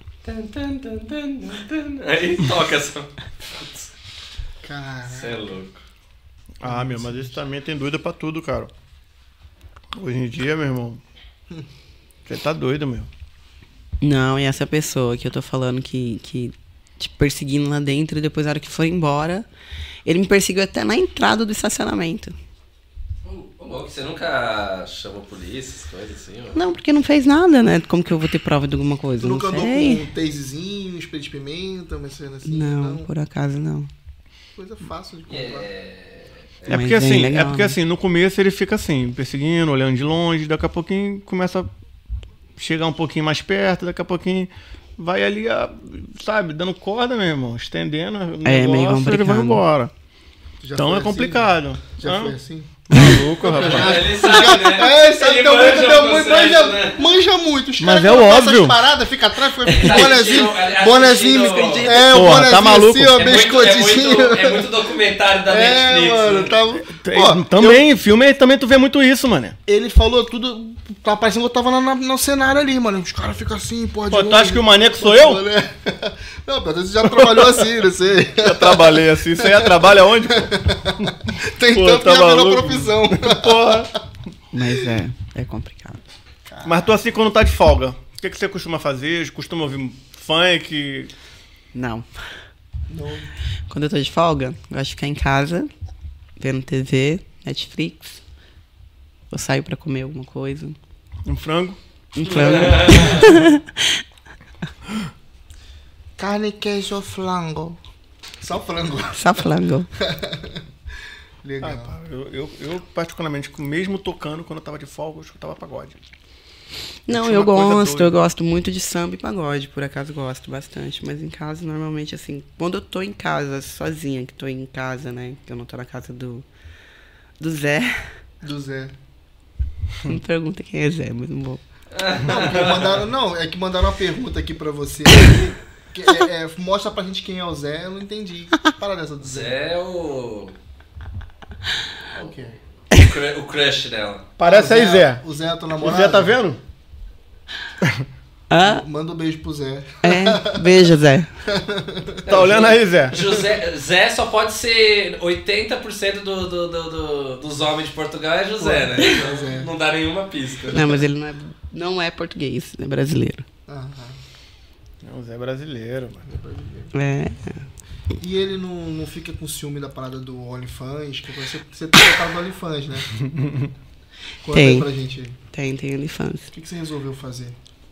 Aí toca essa... Cara, Você é louco. Ah, meu, mas esse também tem dúvida pra tudo, cara. Hoje em dia, meu irmão. Você tá doido, meu. Não, e essa pessoa que eu tô falando que te perseguindo lá dentro e depois na hora que foi embora, ele me perseguiu até na entrada do estacionamento. Ô, louco, você nunca chamou polícia, essas coisas assim? Ó? Não, porque não fez nada, né? Como que eu vou ter prova de alguma coisa? tu Não nunca andou com sei. um tasezinho, spray de pimenta, uma cena assim? Não, por acaso não. Coisa fácil de comprar. É Mas porque assim, legal, né? no começo ele fica assim, perseguindo, olhando de longe, daqui a pouquinho começa a chegar um pouquinho mais perto, daqui a pouquinho vai ali, sabe, dando corda, meu irmão, estendendo o negócio, É, meio ele vai complicado. embora. Tu já Então foi é assim? complicado. Já Hã? foi assim? Maluco, rapaz. Ele sabe, né? É, sabe, Ele deu muito, manja deu o muito, processo, né? manja muito. Os Mas caras é quando fazem óbvio. essas paradas, fica atrás, fica Tá bonezinho, assistindo- bonezinho, assistindo- é, o Porra, bonezinho tá maluco? assim, ó, bem escondidinho. É muito documentário da É, Netflix. mano, né? tá... Pô, Também, filme também tu vê muito isso, mano. ele falou tudo, tá parecendo que eu tava no cenário ali, mano. Os caras ficam assim, porra, de Pô, tu longe. acha que o maneco sou Pô, eu? né? Não, pô, você já trabalhou assim, não sei. Eu trabalhei assim, você trabalha onde, pô? Tem Pô, tanto tá que já virou maluco? profissão. Porra. Mas é complicado. Mas tu assim, quando tá de folga, o que você costuma fazer? Costuma ouvir funk? Não. Não. Quando eu tô de folga, eu gosto de ficar em casa, vendo TV, Netflix. Eu saio pra comer alguma coisa. Um frango? Um frango. Carne, queijo, flango. Só flango. Só frango. Legal. Ah, pá, eu particularmente, mesmo tocando, quando eu tava de folga, eu escutava pagode. Não, tinha eu uma coisa gosto. doida. Eu gosto muito de samba e pagode. Por acaso gosto bastante. Mas em casa, normalmente, assim... Quando eu tô em casa, sozinha, que tô em casa, né? Que eu não tô na casa do Zé. Do Zé. Não me pergunta quem é Zé, mas não vou. É que mandaram uma pergunta aqui pra você. Que mostra pra gente quem é o Zé, eu não entendi. Para dessa do Zé. Zé é o quê? o crush dela. Parece aí, Zé. O Zé é teu O namorado? Zé tá vendo? Ah, Manda um beijo pro Zé. beijo, Zé. Tá olhando aí, Zé? Zé só pode ser 80% dos homens de Portugal é José, né? Então, Zé. não dá nenhuma pista. Né? Não, mas ele não é português, é brasileiro. Aham. É um Zé brasileiro, mano. É. E ele não fica com ciúme da parada do OnlyFans? Que você tem a parada do OnlyFans, né? Conta aí Tem. pra gente aí. Tem OnlyFans. O que você resolveu fazer?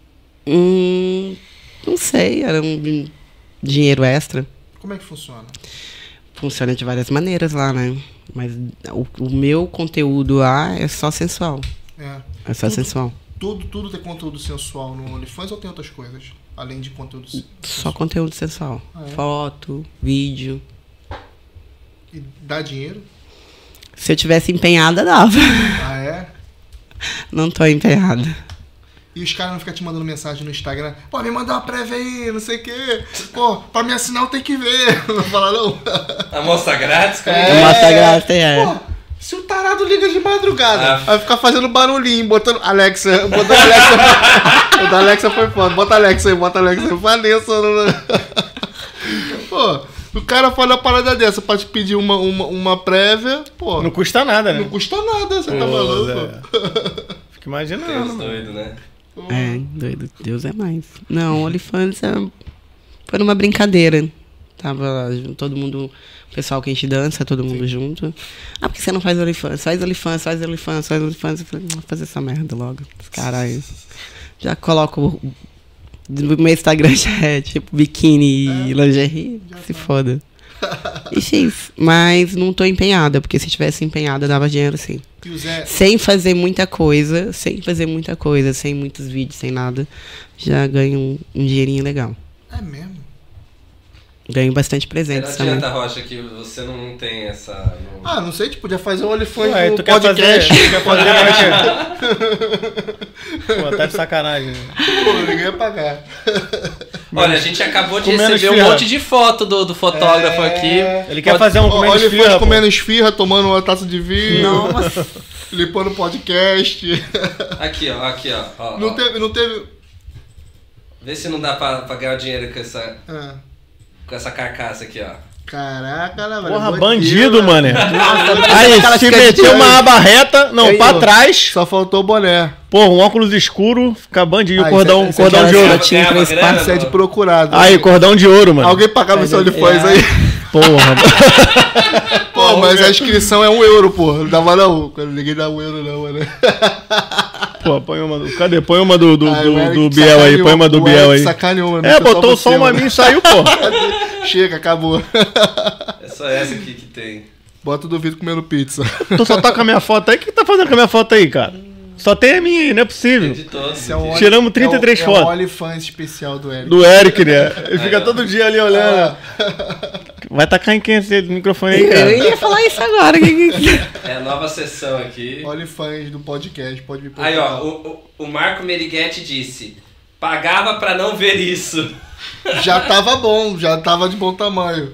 Não sei, era um dinheiro extra. Como é que funciona? Funciona de várias maneiras lá, né? Mas o meu conteúdo lá é só sensual. É só sensual. Tudo tem conteúdo sensual no OnlyFans ou tem outras coisas? Além de conteúdo Só conteúdo sensual. Ah, é? Foto, vídeo. E dá dinheiro? Se eu tivesse empenhada, dava. Ah, é? Não tô empenhada. E os caras não ficam te mandando mensagem no Instagram. Pô, me manda uma prévia aí, não sei o quê. Pô, pra me assinar eu tenho que ver. Não fala não? Amostra grátis? Como É. Mostra grátis, é. Pô, se o tarado liga de madrugada, Ah. vai ficar fazendo barulhinho, botando Alexa, botando Alexa. O da Alexa foi foda. Bota Alexa aí. Vanessa. Pô, o cara fala uma parada dessa pra te pedir uma prévia, pô. Não custa nada, né? Não custa nada, você tá Pô, maluco? Zé. Fica imaginando, Deus mano. doido, né? É, doido. Deus é mais. Não, o OnlyFans foi numa brincadeira. Tava lá, todo mundo, o pessoal que a gente dança, todo mundo junto. Ah, por que você não faz OnlyFans? Faz OnlyFans. Eu falei, vou fazer essa merda logo. Os caras já coloco. No meu Instagram já é tipo biquíni e lingerie. Se foda. E fiz. Mas não tô empenhada, porque se tivesse empenhada, dava dinheiro sim. E o Zé, Sem fazer muita coisa, sem muitos vídeos, sem nada, já ganho um dinheirinho legal. é mesmo? Ganho bastante Não presentes também. adianta, Rocha, que você não tem essa... não- Ah, não sei, tipo, podia fazer um OnlyFans Ué, no tu quer fazer, podcast. tu quer fazer mais Pô, tá de sacanagem. Pô, ninguém ia pagar. Olha, a gente acabou de Comendo receber um esfirra. monte de foto do fotógrafo aqui. Ele quer fazer um comendo OnlyFans esfirra, pô. comendo esfirra, tomando uma taça de vinho. Nossa. Limpando podcast. Aqui, ó. Ó, Não ó. teve. Vê se não dá pra ganhar dinheiro com essa carcaça aqui, ó. Caraca, né, velho? Porra, Doideira. bandido, mano. Nossa, Aí, aquela se fica de meter olho. uma aba reta, não, Aí, pra ó. trás, Só faltou o boné. pô, um óculos escuro, fica bandido, Ah, cordão, isso é cordão de aquela ouro. tinha Ganhava três grana, partes. Isso é de pô. procurado. Aí, cordão de ouro, mano. Alguém pagava esse OnlyFans aí? Porra. Pô, mas a inscrição é €1, pô. Não dava não. Ninguém dá €1 não, mano. Pô, põe uma do... Cadê? Põe uma do Ah, o Eric do Biel aí, sacaneou, põe uma do o Biel Eric aí. sacaneou, mano. É, Foi botou você, só uma mano. minha e saiu, pô. Chega, acabou. É só essa aqui que tem. Bota o do Vitor comendo pizza. Tu só tá com a minha foto aí? O que tá fazendo com a minha foto aí, cara? Só tem a minha aí, não é possível. De todos. Esse é um Tiramos 33 é fotos. o OnlyFans especial do Eric. Do Eric, né? Ele fica ó. todo dia ali olhando. Vai tacar em quem esse microfone aí, Eu cara? ia falar isso agora. É a nova sessão aqui. OnlyFans do podcast, pode me Aí, ó, o Marco Merighetti disse: pagava pra não ver isso. Já tava bom, já tava de bom tamanho.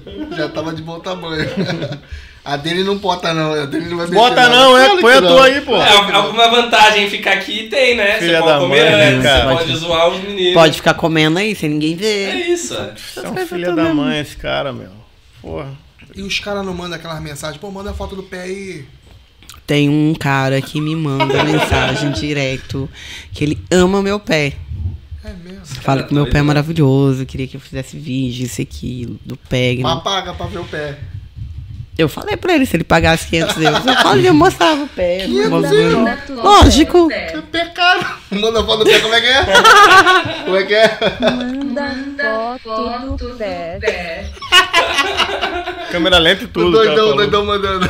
A dele não bota não, a dele não vai mexer Bota nada. não, Claro põe que a não. tua aí, pô. É, alguma vantagem em ficar aqui tem, né? Filha Você da pode comer mãe, antes, cara. você pode zoar os meninos. Pode ficar comendo aí sem ninguém É ver. isso, é. É um filho da mãe esse cara, meu. Porra. E os caras não mandam aquelas mensagens, pô, manda a foto do pé aí. Tem um cara que me manda mensagem direto que ele ama meu pé. É mesmo. Fala que meu pé é maravilhoso, queria que eu fizesse vídeo, isso aqui, do pé. Mas paga pra ver o pé. Eu falei pra ele, se ele pagasse 500 euros, eu mostrava o pé. 500 euros? Lógico. É pé caro. Manda a foto do pé, como é que é? Como é que é? Manda foto do pé. Câmera lenta e O tudo. cara, falou. doidão mandando.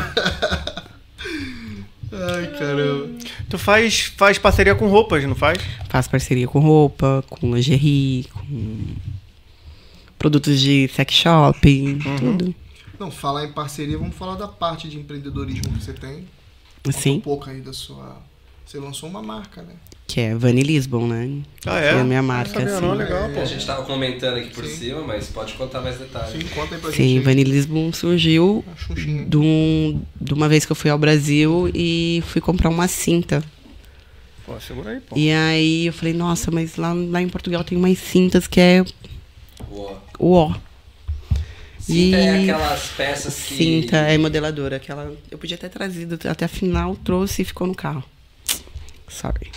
Ai, caramba. Tu faz parceria com roupas, não faz? Faço parceria com roupa, com lingerie, com produtos de sex shop, tudo. Não, falar em parceria, vamos falar da parte de empreendedorismo que você tem. Conta Assim, um pouco aí da sua... Você lançou uma marca, né? que é Vani Lisbon, né? Ah, Que é? a minha marca, Sabia assim. não, legal, pô. A gente tava comentando aqui por Sim. cima, mas pode contar mais detalhes. Sim, conta aí pra Sim, gente. Vani Lisbon surgiu A Xuxinha. de uma vez que eu fui ao Brasil e fui comprar uma cinta. Pô, segura aí, pô. E aí eu falei, nossa, mas lá em Portugal tem umas cintas que é Boa. o ó. Cinta é E- aquelas peças que... Cinta é modeladora, aquela eu podia ter trazido até a final, trouxe e ficou no carro. Sorry.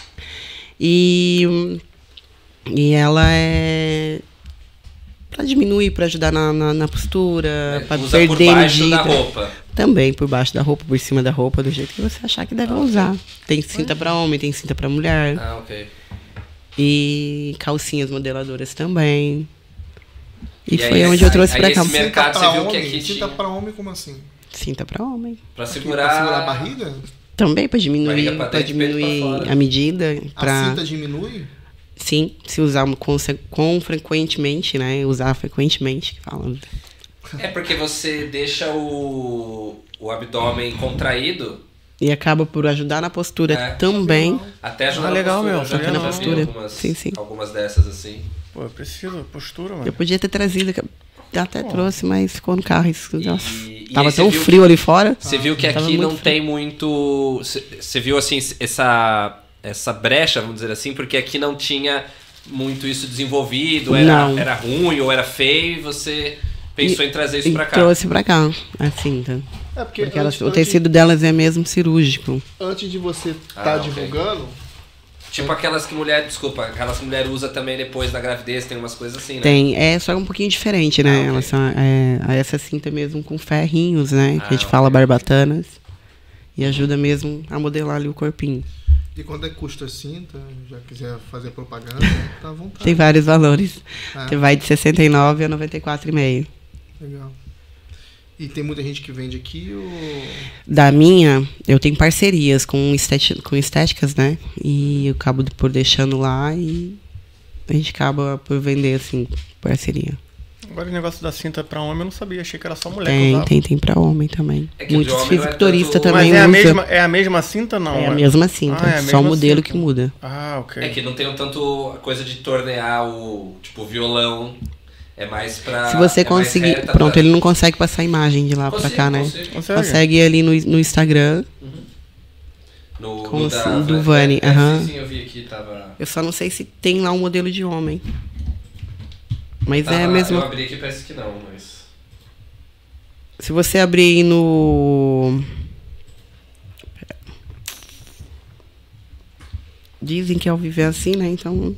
E ela é pra diminuir, pra ajudar na postura, pra usa por perder baixo medida. da roupa. Também por baixo da roupa, por cima da roupa, do jeito que você achar que deve usar. Tem cinta pra homem, tem cinta pra mulher. Ah, ok. E calcinhas modeladoras também. E, E foi aí, onde eu trouxe aí pra cá. esse mercado, Cinta pra você viu que homem? aqui Cinta tinha... pra homem, como assim? Cinta pra homem. Pra Aqui, segurar... Pra segurar a barriga? Também pra diminuir, Barriga pra pra dentro, peito pra diminuir fora. a medida. A Pra... cinta diminui? Sim, se usar com frequentemente, né? Usar frequentemente, que falam. É porque você deixa o abdômen contraído, E acaba por ajudar na postura É. também. até ajuda Ah, legal, na meu, postura. sabia Eu não. já vi Postura. algumas, Sim, sim. algumas dessas assim. Pô, eu preciso, postura, mano. Eu podia ter trazido, até trouxe, mas ficou no carro. Isso, nossa, e tava aí você tão viu frio ali fora. Você viu que Tava aqui muito não frio. tem muito... Você viu, assim, essa brecha, vamos dizer assim, porque aqui não tinha muito isso desenvolvido, Não. era ruim ou era feio, e você pensou em trazer isso E pra cá. trouxe pra cá, a cinta. É porque, Porque o tecido delas é mesmo cirúrgico. antes de você estar ok. divulgando, Tipo aquelas que mulher usa também depois da gravidez, tem umas coisas assim, né? Tem, é só um pouquinho diferente, né? Ah, ok. Elas são, essa cinta mesmo com ferrinhos, né? Que a gente Ah, fala ok. barbatanas. E ajuda mesmo a modelar ali o corpinho. e quanto é que custa a cinta, já quiser fazer propaganda, tá à vontade. Tem vários valores. Ah, Que vai de 69 a 94,5. legal. E tem muita gente que vende aqui ou... Da minha, eu tenho parcerias com estéticas, né? E eu acabo por deixando lá e a gente acaba por vender, assim, parceria. Agora o negócio da cinta pra homem eu não sabia, achei que era só mulher que usava. Tem pra homem também. É que Muitos de homem não é fisiculturistas tanto- também Mas usam. é a mesma cinta, não? É a mesma cinta, Ah, é a só o mesma modelo cinta. que muda. Ah, ok. É que não tem tanto a coisa de tornear o tipo violão. É mais pra. Se você é mais conseguir... reta Pronto, pra- ele não consegue passar a imagem de lá pra Consigo, cá, né? consigo. Consegue ir ali no Instagram. No, Com no o da do Vani, é, aham. sim, eu vi aqui, tava. Eu só não sei se tem lá um modelo de homem. Mas tava é a lá. mesma... Eu abri aqui, parece que não, mas. Se você abrir no... Dizem que ao viver é assim, né? Então...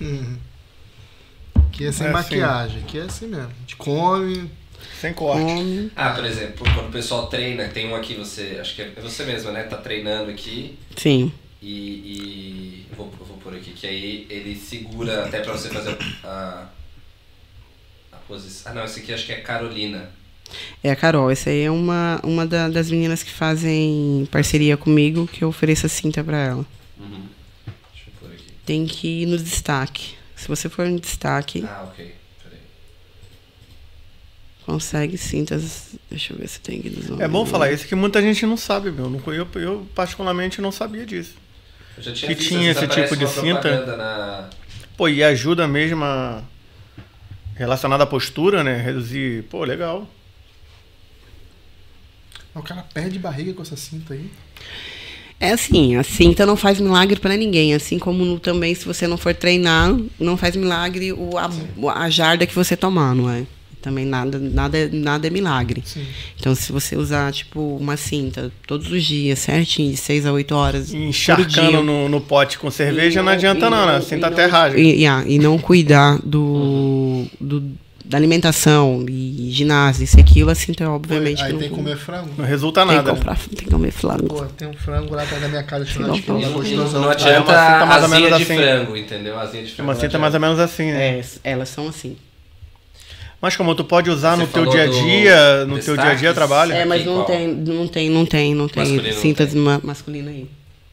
Que é sem É assim. maquiagem, que é assim mesmo. A gente come. Sem corte. Come. Ah, por exemplo, quando o pessoal treina, tem um aqui, você. Acho que é você mesma, né? Tá treinando aqui. Sim. E eu vou pôr aqui, que aí ele segura até pra você fazer a posição. Ah, não, esse aqui acho que é Carolina. É a Carol. Essa aí é uma das meninas que fazem parceria comigo, que eu ofereço a cinta pra ela. Uhum. Deixa eu pôr aqui. Tem que ir no destaque. Se você for no destaque, Ah, ok. Peraí. consegue cintas... Deixa eu ver se tem aqui dos homens. É bom falar isso, que muita gente não sabe, meu. Eu particularmente não sabia disso. Eu já tinha Que visto, tinha às vezes esse tipo aparece de uma cinta. propaganda Na... Pô, e ajuda mesmo a... Relacionada à postura, né? Reduzir... Pô, legal. O cara perde barriga com essa cinta aí. É assim, a cinta não faz milagre pra ninguém. Assim como também, se você não for treinar, não faz milagre a jarda que você tomar, não é? Também nada é milagre. Sim. Então, se você usar, tipo, uma cinta todos os dias, certinho, de 6 a 8 horas. Encharcando por dia, no pote com cerveja e não adianta não, né? A cinta até rasga. E não cuidar da alimentação e ginásio, isso e aquilo, a cinta, obviamente, Aí não tem que comer frango. Não resulta tem nada. tem que comer frango. Pô, tem um frango lá atrás da minha casa de Sim, churrasquinho. não, Não, gostosão. não Ah, é adianta uma cinta mais ou asinha menos de assim. frango, entendeu? Asinha de frango. Uma não cinta adianta. mais ou menos assim, né? É, elas são assim. Mas como tu pode usar Você no teu falou dia a do dia, no teu dia a dia destaques? trabalho. É, mas Aqui, não qual? tem Masculino não cintas tem. masculinas aí.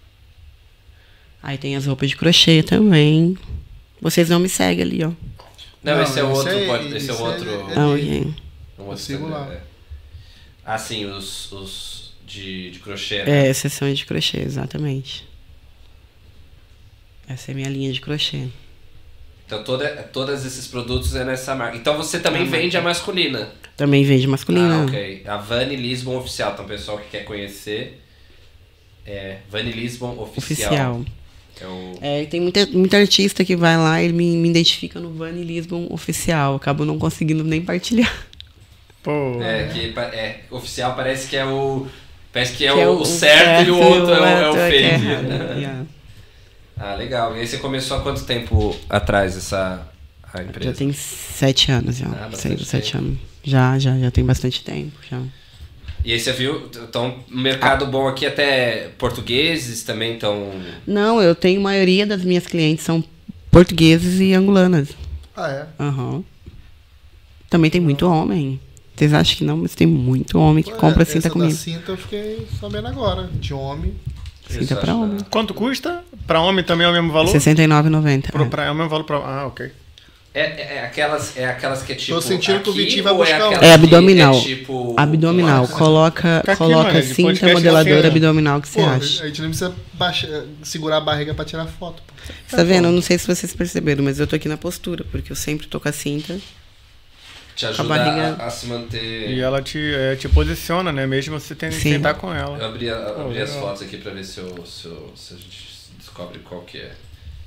Aí tem as roupas de crochê também. Vocês não me seguem ali, ó. Não, Não, esse é o esse outro. é- esse é esse o outro. é- Ah, ok. um outro sigo lá. é. Ah, sim, os de crochê. É, seção de crochê, exatamente. Essa é a minha linha de crochê. Então todos esses produtos é nessa marca. Então você também vende a masculina. Também vende masculina. Ah, ok. A Vani Lisbon Oficial. Então, pessoal que quer conhecer, é Vani Lisbon Oficial. É o... É, tem muita artista que vai lá e me identifica no Vani Lisbon Oficial. Acabo não conseguindo nem partilhar. Pô, Oficial parece que é o... Parece que é, Que o certo e o outro é o que é fake. errado. Yeah. Ah, legal. E aí você começou há quanto tempo atrás a empresa? Já tem 7 anos já. Ah, bastante 7 tempo. anos. Já tem bastante tempo já. E aí você viu, então, um mercado bom aqui, até portugueses também estão... Não, eu tenho maioria das minhas clientes são portugueses e angolanas. Ah, é? Aham. Também tem muito homem. Vocês acham que não, mas tem muito homem que compra cinta essa comigo. da cinta eu fiquei sabendo agora. De homem. Cinta Isso, pra acho homem. quanto custa? Pra homem também é o mesmo valor? R$ 69,90. É o mesmo valor pra... Ah, ok. É aquelas que é tipo... sentindo que o aqui, Vitinho vai ou buscar aquelas um. É que abdominal. É tipo... Abdominal. Nossa. Coloca Fica aqui, mano, de cinta podcast modeladora assim, né? abdominal que você Pô, acha. a gente não precisa segurar a barriga pra tirar foto. Pô. Você tá vendo? Eu não sei se vocês perceberam, mas eu tô aqui na postura, porque eu sempre tô com a cinta. Te a ajuda barriga- a se manter... E ela te posiciona, né? Mesmo você tendo que Sim. sentar com ela. Eu abri as legal. fotos aqui pra ver se a gente descobre qual que é.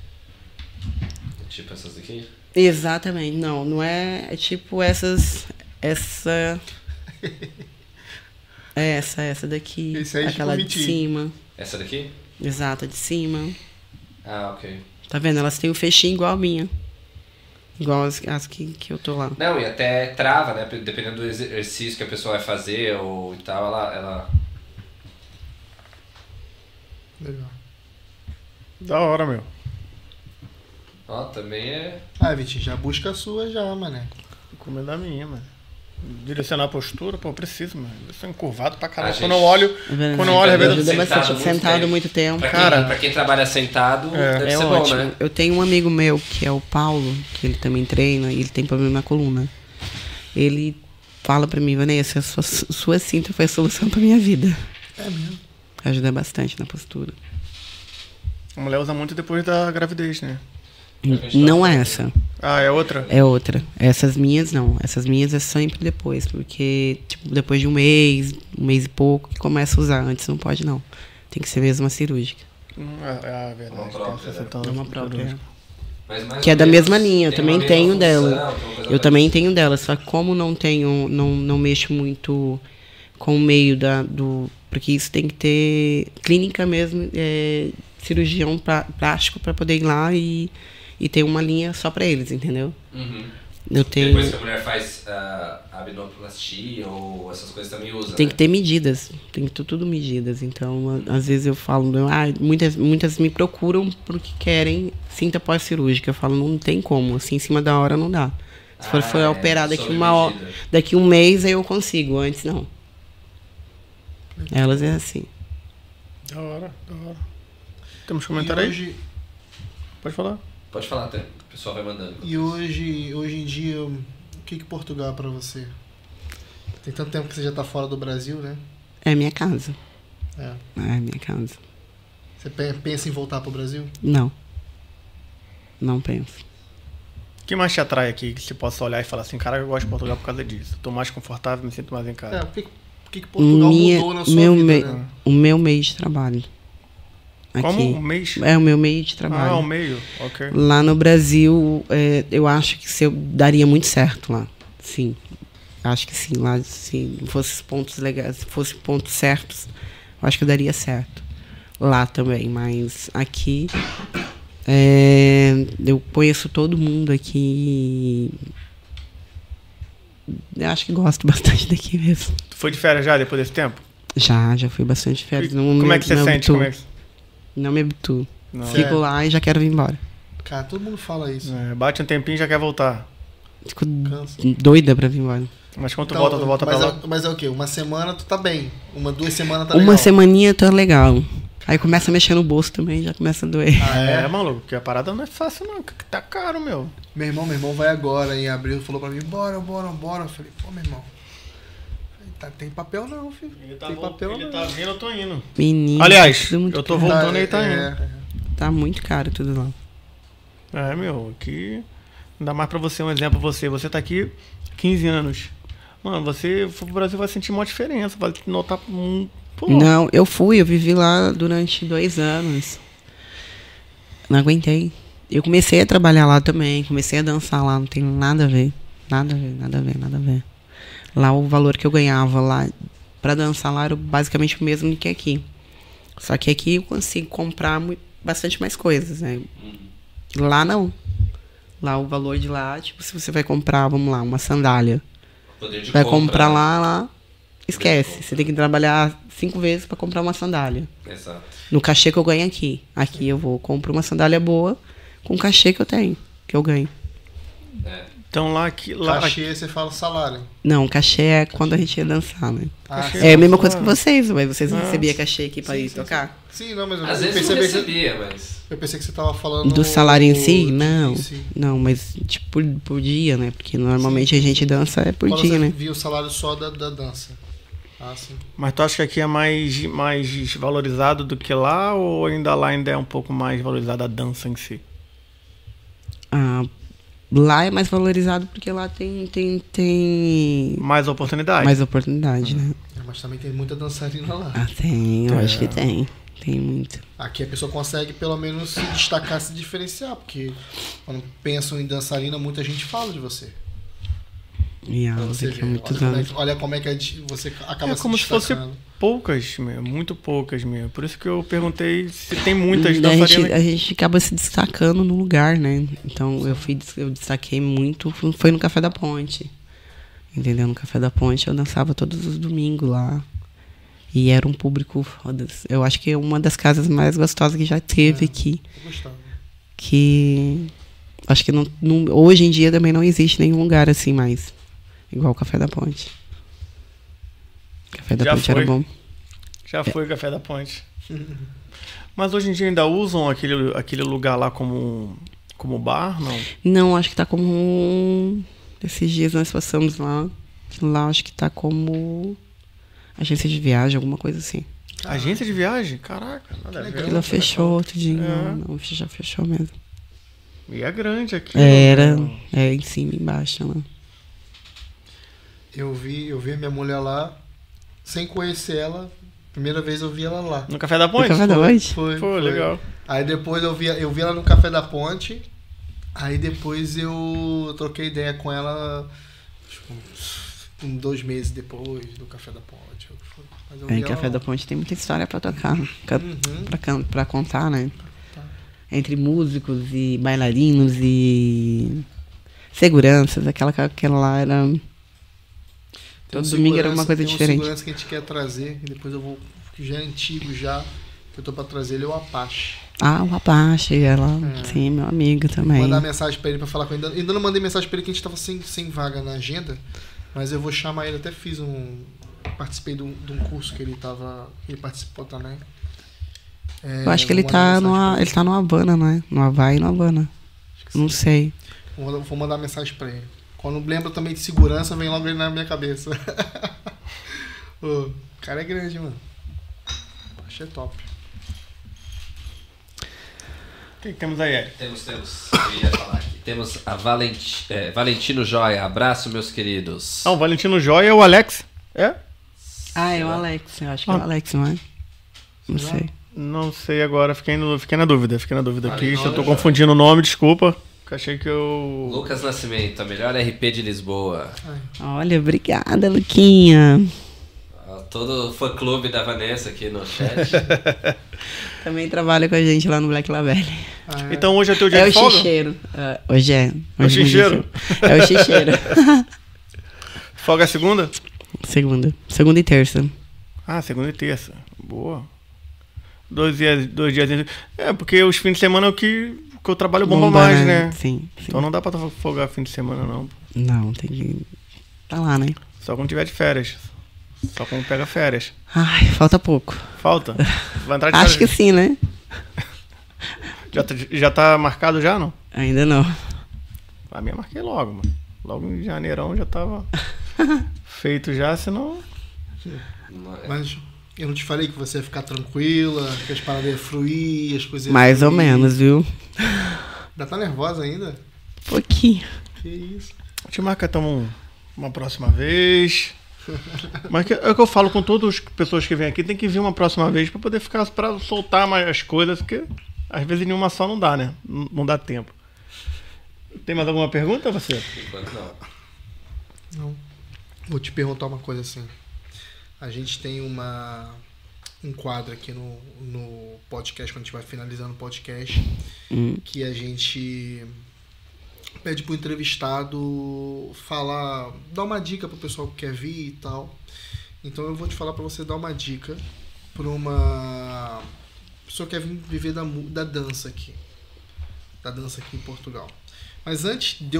Tipo essas aqui? Exatamente. Não é... É tipo essa daqui. Esse aí é aquela tipo de Vitinho. cima. Essa daqui? Exata, de cima. Ah, ok. Tá vendo? Elas têm o fechinho igual a minha. Igual as que eu tô lá. Não, e até trava, né? Dependendo do exercício que a pessoa vai fazer ou e tal, ela... Legal. Da hora, meu. Ó, também é... Ah, Vitinho, já busca a sua já, mané. Comer da minha, mano. Direcionar a postura, pô, eu preciso, mano. Eu sou encurvado pra caralho. Ah, Quando gente. eu olho, verdade. quando eu olho, às vezes Ajuda Sentado bastante. muito Sentado tempo. muito tempo. Pra quem trabalha sentado, deve É ser ótimo. bom, né? Eu tenho um amigo meu, que é o Paulo, que ele também treina, e ele tem problema na coluna. Ele fala pra mim, Vanessa, sua cinta foi a solução pra minha vida. É mesmo. Ajuda bastante na postura. a mulher usa muito depois da gravidez, né? Não é essa. Ah, é outra? É outra. Essas minhas não. Essas minhas é sempre depois, porque tipo, depois de um mês e pouco, que começa a usar. Antes não pode, não. Tem que ser mesmo uma cirúrgica. É verdade. Uma própria, Tem essa É uma própria. Mas mais Que é ou da menos mesma linha. Eu tem também uma mesma tenho função, dela. tem uma coisa Eu parecida. também tenho dela. Só que como não tenho, não mexo muito com o meio do... Porque isso tem que ter clínica mesmo, cirurgião plástico para poder ir lá e ter uma linha só para eles, entendeu? Uhum. Eu tenho... Depois que a mulher faz abdominoplastia ou essas coisas também usa, Tem né? que ter medidas, tem que ter tudo medidas. Então, às vezes eu falo, muitas me procuram porque querem cinta pós-cirúrgica. Eu falo, não tem como, assim, em cima da hora não dá. Se for operar daqui sob uma hora, medida. daqui um mês, aí eu consigo, antes não. Elas é assim. Da hora. Temos E comentário aí? hoje, Pode falar. Pode falar até, o pessoal vai mandando. e hoje em dia, o que Portugal é pra você? Tem tanto tempo que você já tá fora do Brasil, né? É minha casa. É. É minha casa. Você pensa em voltar pro Brasil? Não. Não penso. O que mais te atrai aqui que você possa olhar e falar assim, cara, eu gosto de Portugal por causa disso. Tô mais confortável, me sinto mais em casa. Por que Portugal mudou na sua vida, né? O meu meio de trabalho. Aqui. Como? Um mês? É o meu meio de trabalho. Ah, um meio. Ok. Lá no Brasil, eu acho que daria muito certo lá. Sim. Acho que sim. Lá, se fosse pontos legais, se fosse pontos certos, eu acho que daria certo. Lá também. Mas aqui, eu conheço todo mundo aqui. Eu acho que gosto bastante daqui mesmo. Tu foi de férias já depois desse tempo? Já fui bastante de férias. Como é que você sente? Não me habituo. Não. Fico lá e já quero vir embora. Cara, todo mundo fala isso. Bate um tempinho e já quer voltar. Fico Cansa. doida pra vir embora. Mas quando tu Então, volta pra lá. Mas é o quê? Uma semana tu tá bem. 2 semanas tá Uma legal. semaninha tá legal. Aí começa a mexer no bolso também, já começa a doer. Ah, É, maluco, porque a parada não é fácil não, que tá caro, meu. Meu irmão vai agora, em abril, falou pra mim, bora. Eu falei, pô, meu irmão. Tem papel não, filho. Tem papel não. tá vindo, eu tô indo. Menino. Aliás, tudo muito eu tô caro. voltando e tá indo. Tá muito caro tudo lá. É, meu, aqui. Ainda mais pra você, um exemplo, você tá aqui 15 anos. Mano, você for pro Brasil vai sentir uma diferença, vai notar pô. Não, eu vivi lá durante 2 anos. Não aguentei. Eu comecei a trabalhar lá também, comecei a dançar lá, não tem nada a ver. Nada a ver. Lá o valor que eu ganhava lá pra dançar lá era basicamente o mesmo que aqui. Só que aqui eu consigo comprar bastante mais coisas, né? Lá não. Lá o valor de lá, tipo, se você vai comprar, vamos lá, uma sandália. Poder de Vai compra, comprar né? lá, esquece. Você tem que trabalhar 5 vezes pra comprar uma sandália. Exato. No cachê que eu ganho aqui. Aqui eu compro uma sandália boa com o cachê que eu tenho, que eu ganho. Então lá Cachê, você fala salário. Não, cachê é quando a gente ia dançar, né? Ah, É a mesma coisa que vocês, mas vocês não recebiam cachê aqui pra ir tocar? Sim, não, mas Às eu vezes não percebi recebia, mas... eu pensei que você tava falando... Do salário em si? Não. em si. Não, mas tipo por dia, né? Porque normalmente a gente dança por Quando dia, você né? viu o salário só da dança. Ah, sim. Mas tu acha que aqui é mais valorizado do que lá, ou ainda lá é um pouco mais valorizada a dança em si? Ah, lá é mais valorizado porque lá tem Mais oportunidade? mais oportunidade, né? Mas também tem muita dançarina lá. Ah, tem, eu acho que tem. Tem muito. Aqui a pessoa consegue pelo menos se destacar, se diferenciar, porque quando pensam em dançarina, muita gente fala de você. E a Pra outra você aqui é ver. muitos Olha anos. como é que você acaba É se como se fosse destacando. poucas, meu, muito poucas, meu. Por isso que eu perguntei se tem muitas A dançarinas. a gente acaba se destacando no lugar, né? Então eu destaquei muito, foi no Café da Ponte. Entendeu? No Café da Ponte eu dançava todos os domingos lá. E era um público foda. Eu acho que é uma das casas mais gostosas que já teve aqui. Eu gostava. Que acho que hoje em dia também não existe nenhum lugar assim mais. Igual o Café da Ponte. Café da Já Ponte foi. era bom. Já foi o Café da Ponte. Mas hoje em dia ainda usam aquele lugar lá como bar, não? Não, acho que tá como... Esses dias nós passamos lá. Lá acho que tá como... Agência de viagem, alguma coisa assim. Agência de viagem? Caraca, nada a ver. Aquilo fechou outro dia. É. Não, já fechou mesmo. E é grande aqui. Era, em cima e embaixo, né? Eu vi a minha mulher lá, sem conhecer ela. Primeira vez eu vi ela lá. No Café da Ponte? No Café da Ponte? Pô, legal. Aí depois eu vi ela no Café da Ponte. Aí depois eu troquei ideia com ela, tipo, 2 meses depois do Café da Ponte. Mas eu vi Café ela... da Ponte tem muita história pra tocar, pra contar, né? Entre músicos e bailarinos e seguranças, aquela lá era... Todo domingo era uma coisa diferente. Tem um segurança que a gente quer trazer, e depois eu vou, que já é antigo já, que eu tô pra trazer ele, é o Apache. Ah, o Apache, sim, meu amigo também. Vou mandar mensagem pra ele pra falar com ele. Ainda não mandei mensagem pra ele que a gente tava sem vaga na agenda, mas eu vou chamar ele, até participei de um curso que ele participou também. Eu acho que ele tá no Havana, não é? No Havaí e no Havana. Não sei. Vou mandar mensagem pra ele. Quando lembro também de segurança, vem logo ele na minha cabeça. O cara é grande, mano. Achei top. O que temos aí, Eric? Temos. Eu ia falar aqui. Temos a Valentino Joia. Abraço, meus queridos. Ah, o Valentino Joia é o Alex. É? Ah, é o Alex. Eu acho que é o Alex, não é? Não sei. Não sei agora, fiquei na dúvida aqui. Se eu tô Joia. confundindo o nome, desculpa. Que achei que eu... Lucas Nascimento, a melhor RP de Lisboa. Olha, obrigada, Luquinha. Todo fã clube da Vanessa aqui no chat. Também trabalha com a gente lá no Black Labelle. Então hoje é teu dia É de o folga? xixeiro. Hoje é. É o xixeiro? É o xixeiro. Folga é segunda? Segunda e terça. Ah, segunda e terça. Boa. 2 dias. É, porque os fins de semana é o que eu trabalho bomba mais, né? Sim. Então não dá pra folgar fim de semana, não. Não, tem que... Tá lá, né? Só quando tiver de férias. Só quando pega férias. Ai, falta pouco. Falta? Vai entrar de Acho que férias? sim, né? Já tá marcado já, não? Ainda não. A minha marquei logo, mano. Logo em janeirão já tava feito já, senão... Mas eu não te falei que você ia ficar tranquila, que as paradas iam fluir, as coisas iam Mais ou fluir. menos, viu? Ainda tá nervosa ainda? Pouquinho. Que isso? Te marca então uma próxima vez. Mas é o que eu falo com todas as pessoas que vêm aqui, tem que vir uma próxima vez pra poder ficar, pra soltar mais as coisas, porque às vezes em uma só não dá, né? Não dá tempo. Tem mais alguma pergunta, você? Enquanto não. Não. Vou te perguntar uma coisa assim. A gente tem um quadro aqui no podcast, quando a gente vai finalizando o podcast, que a gente pede pro entrevistado dar uma dica pro pessoal que quer vir e tal. Então eu vou te falar pra você dar uma dica pra uma pessoa que quer vir viver da dança aqui. Da dança aqui em Portugal. Mas antes de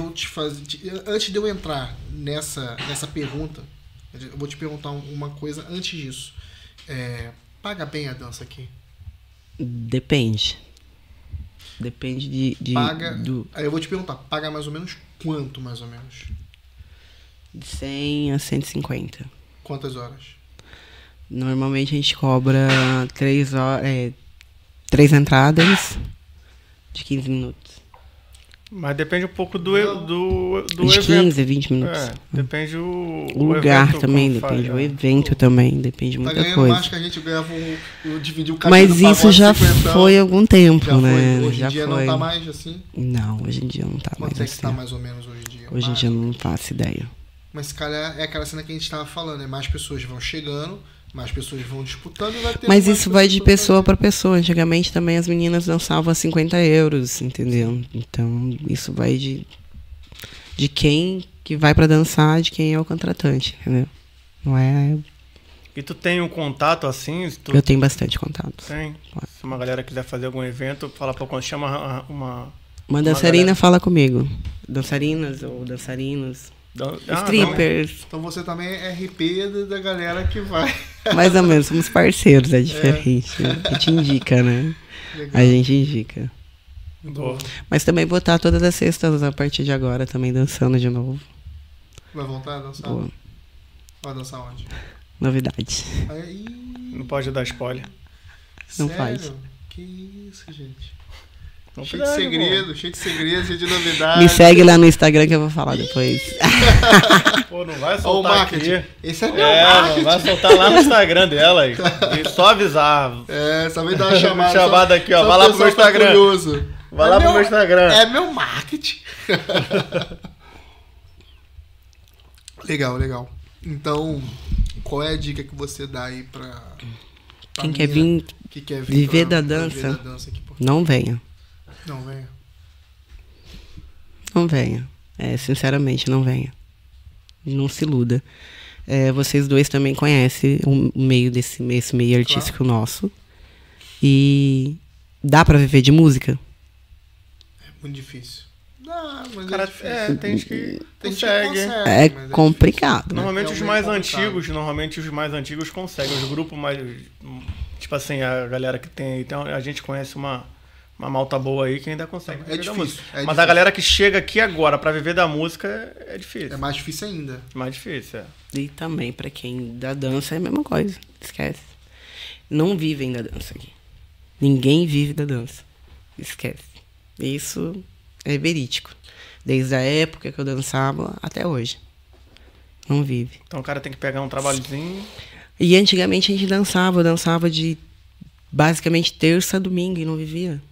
eu entrar nessa pergunta, eu vou te perguntar uma coisa antes disso. Paga bem a dança aqui? Depende. Depende Paga. Aí eu vou te perguntar, paga mais ou menos quanto, mais ou menos? de 100 a 150. Quantas horas? Normalmente a gente cobra 3 entradas de 15 minutos. Mas depende um pouco do De evento. 15 a 20 minutos. Depende o lugar evento, também, como depende faz, o né? evento também, depende Tá muita ganhando coisa. mais que a gente ganhava dividir o caminho Mas do isso pagode, já 50, foi há algum tempo, já né? foi. Hoje já em dia foi. não tá mais assim? Não, hoje em dia não tá Quanto mais é que assim. tá mais ou menos hoje em dia? Hoje em dia eu não faço ideia. Mas se calhar é aquela cena que a gente tava falando, né? Mais pessoas vão chegando, mais pessoas vão disputando e vai ter Mas mais isso vai de pessoas pessoa para pessoa. Antigamente também as meninas dançavam a 50 euros, entendeu? Então isso vai de quem que vai para dançar, de quem é o contratante, entendeu? Não é... E tu tem um contato assim? Tu Eu tenho bastante contato. tem? Se uma galera quiser fazer algum evento, fala pra quando chama uma Uma dançarina galera. fala comigo. Dançarinas ou dançarinos. Strippers. Então você também é RP da galera que vai. Mais ou menos, somos parceiros, é diferente. A gente indica, né? Legal. A gente indica. Boa. Mas também vou estar todas as sextas a partir de agora também dançando de novo. Vai voltar a dançar? Boa. Vai dançar onde? Novidade. Aí, Não pode dar spoiler. Não sério? faz. Que isso, gente. Não Cheio de pode, segredo, cheio de novidades. Me segue lá no Instagram que eu vou falar depois. Pô, não vai Ó, o soltar marketing. aqui. Esse é meu É, marketing. não vai soltar lá no Instagram dela aí. E só avisar. É, só vem dar uma chamada. Chamada aqui, ó. só Vai o lá pro meu pessoal ficar Instagram. curioso. Vai lá pro meu Instagram. É meu marketing. Legal. Então, qual é a dica que você dá aí pra Quem quer vir, que quer viver pra da dança? viver da dança aqui, pô? não venha. Não, venha. Não venha. Sinceramente, não venha. Não se iluda. Vocês dois também conhecem o meio esse meio artístico nosso. E dá pra viver de música? É muito difícil. Não, mas Cara, é difícil. tem gente que Tem gente que consegue. consegue, É mas complicado. difícil. Normalmente os Realmente mais complicado. antigos conseguem. Os grupos mais. Tipo assim, a galera que tem. Então a gente conhece uma malta boa aí que ainda consegue viver da difícil, música. é Mas difícil. a galera que chega aqui agora pra viver da música é difícil. É mais difícil ainda. Mais difícil, é. E também, pra quem da dança, é a mesma coisa. Esquece. Não vivem da dança aqui. Ninguém vive da dança. Esquece. Isso é verídico. Desde a época que eu dançava até hoje. Não vive. Então o cara tem que pegar um trabalhozinho. E antigamente a gente dançava. Eu dançava de basicamente terça a domingo e não vivia.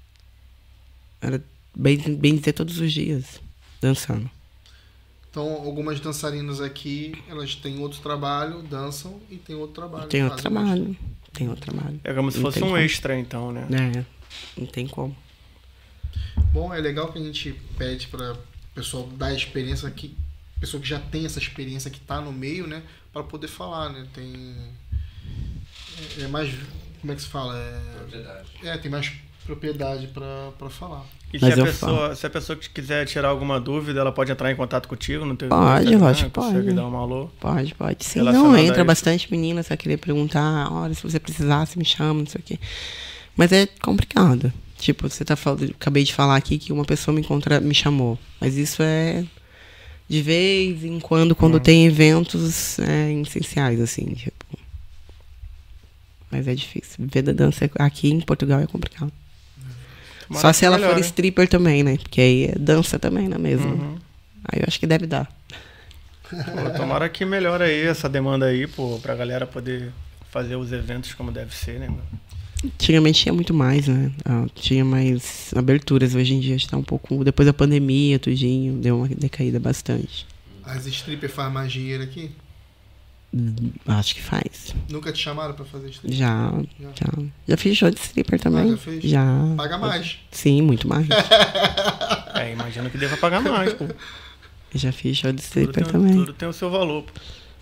Era bem dizer todos os dias dançando. Então, algumas dançarinas aqui, elas têm outro trabalho, dançam e tem outro trabalho. Tem outro fazem trabalho. Tem outro trabalho. É como se Não fosse tem um como. extra, então, né? Não tem como. Bom, é legal que a gente pede para pessoal dar experiência aqui, pessoa que já tem essa experiência que tá no meio, né, para poder falar, né? Tem é mais, como é que se fala? Tem mais propriedade para falar. E Mas se a pessoa que quiser tirar alguma dúvida, ela pode entrar em contato contigo no teu Pode, Instagram, lógico, consegue pode. dar um alô. Pode. Sim, Relacionado não, a entra isso. bastante menina, você vai querer perguntar, olha, se você precisar, você me chama, não sei o quê. Mas é complicado. Tipo, você tá falando, acabei de falar aqui que uma pessoa me chamou. Mas isso é de vez em quando tem eventos essenciais, assim, tipo. Mas é difícil. Viver da dança aqui em Portugal é complicado. Tomara Só que se ela for melhore. stripper também, né? Porque aí é dança também, não é mesmo? Uhum. Aí eu acho que deve dar. Pô, tomara que melhore aí essa demanda aí, pô, pra galera poder fazer os eventos como deve ser, né, meu? Antigamente tinha muito mais, né? Tinha mais aberturas. Hoje em dia está um pouco... Depois da pandemia, tudinho, deu uma decaída bastante. As strippers fazem mais dinheiro aqui? Acho que faz. Nunca te chamaram para fazer stripper? Já fiz show de stripper também. já fez? Já. Paga mais. Sim, muito mais. Imagino que deva pagar mais, pô. Já fiz show de Tudo stripper tem, também. tudo tem o seu valor, pô.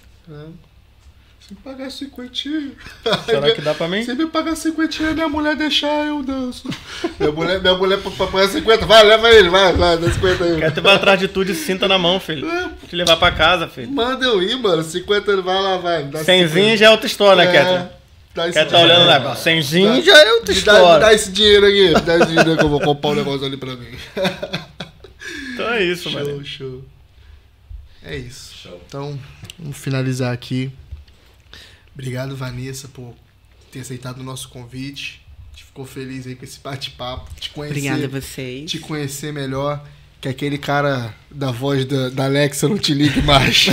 Se pagar 50, Será que dá pra mim? se me pagar 50, minha mulher deixar, eu danço. minha mulher pra pagar 50, vai, leva ele, vai, dá 50 aí. Quer tu vai atrás de tudo e cinta na mão, filho. Te levar pra casa, filho. Manda eu ir, mano. 50, vai lá, vai. Dá Cenzinho 50. já é outra história, né, Keto? Dá esse Quer tá olhando dinheiro. lá? Cenzinho já é outra Me história. dá esse dinheiro aqui. Me dá esse dinheiro que eu vou comprar um negócio ali pra mim. Então é isso, mano. Show. É isso. Show. Então, vamos finalizar aqui. Obrigado, Vanessa, por ter aceitado o nosso convite. A gente ficou feliz aí com esse bate-papo. Obrigada a vocês. Te conhecer melhor. Que aquele cara da voz da Alexa não te ligue mais.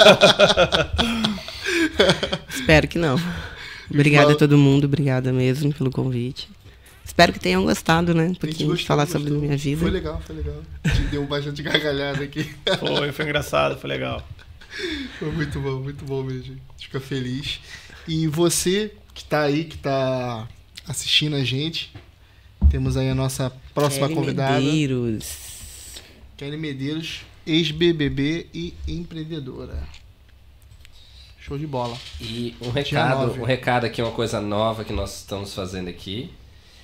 Espero que não. Obrigada a todo mundo. Obrigada mesmo pelo convite. Espero que tenham gostado, né? Um A gente pouquinho de gostou, falar gostou. sobre a minha vida. Foi legal. Te deu bastante gargalhada aqui. Foi engraçado, foi legal. Foi muito bom mesmo. A gente fica feliz. E você que tá aí, que tá assistindo a gente, temos aí a nossa próxima Kelly convidada. Medeiros. Kelly Medeiros, ex-BBB e empreendedora. Show de bola. E Dia 9. um recado aqui, uma coisa nova que nós estamos fazendo aqui.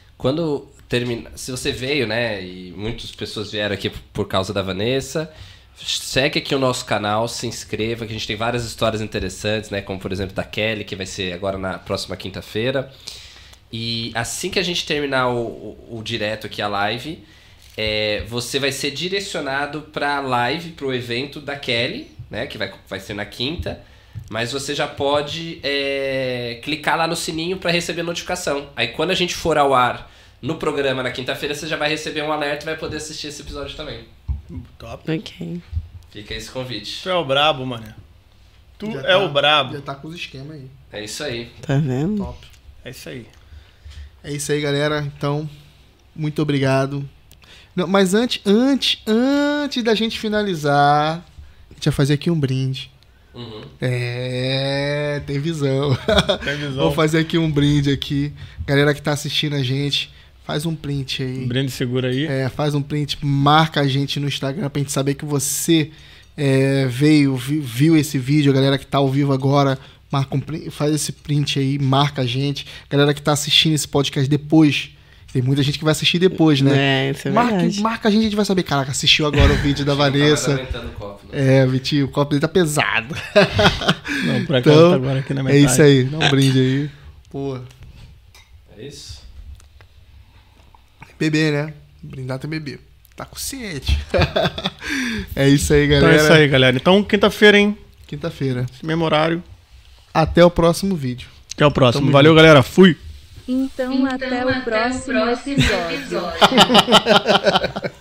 Quando termina, se você veio, né, e muitas pessoas vieram aqui por causa da Vanessa, segue aqui o nosso canal, se inscreva, que a gente tem várias histórias interessantes, né? Como, por exemplo, da Kelly, que vai ser agora na próxima quinta-feira. E assim que a gente terminar o direto aqui, a live, você vai ser direcionado para a live, para o evento da Kelly, né? Que vai ser na quinta. Mas você já pode clicar lá no sininho para receber notificação. Aí quando a gente for ao ar no programa na quinta-feira, você já vai receber um alerta e vai poder assistir esse episódio também. Top. Ok. Fica esse convite. Tu é o brabo, mano. Tu Já é o brabo. Já tá com os esquemas aí. É isso aí. Tá vendo? Top. É isso aí. É isso aí, galera. Então, muito obrigado. Não, mas antes da gente finalizar, a gente vai fazer aqui um brinde. Uhum. Tem visão. Tem visão. Vou fazer aqui um brinde aqui. Galera que tá assistindo a gente, faz um print aí. Um brinde seguro aí. Faz um print, marca a gente no Instagram pra gente saber que você viu esse vídeo. A galera que tá ao vivo agora, marca um print, faz esse print aí, marca a gente. Galera que tá assistindo esse podcast depois, tem muita gente que vai assistir depois, né? Isso é verdade. Marca a gente vai saber, caraca, assistiu agora o vídeo da Vanessa. Não tá mais aguentando o copo, né? Vitinho, o copo dele tá pesado. Não, por acaso Então, tá agora aqui na é metade. isso aí, dá um brinde aí. Pô, É isso? beber, né? Brindar tem beber. Tá consciente. É isso aí, Então galera. é isso aí, galera. Então, quinta-feira, hein? Quinta-feira. Mesmo horário. Até o próximo vídeo. Até o próximo. Tamo Valeu, galera. Fui. Então até o próximo episódio.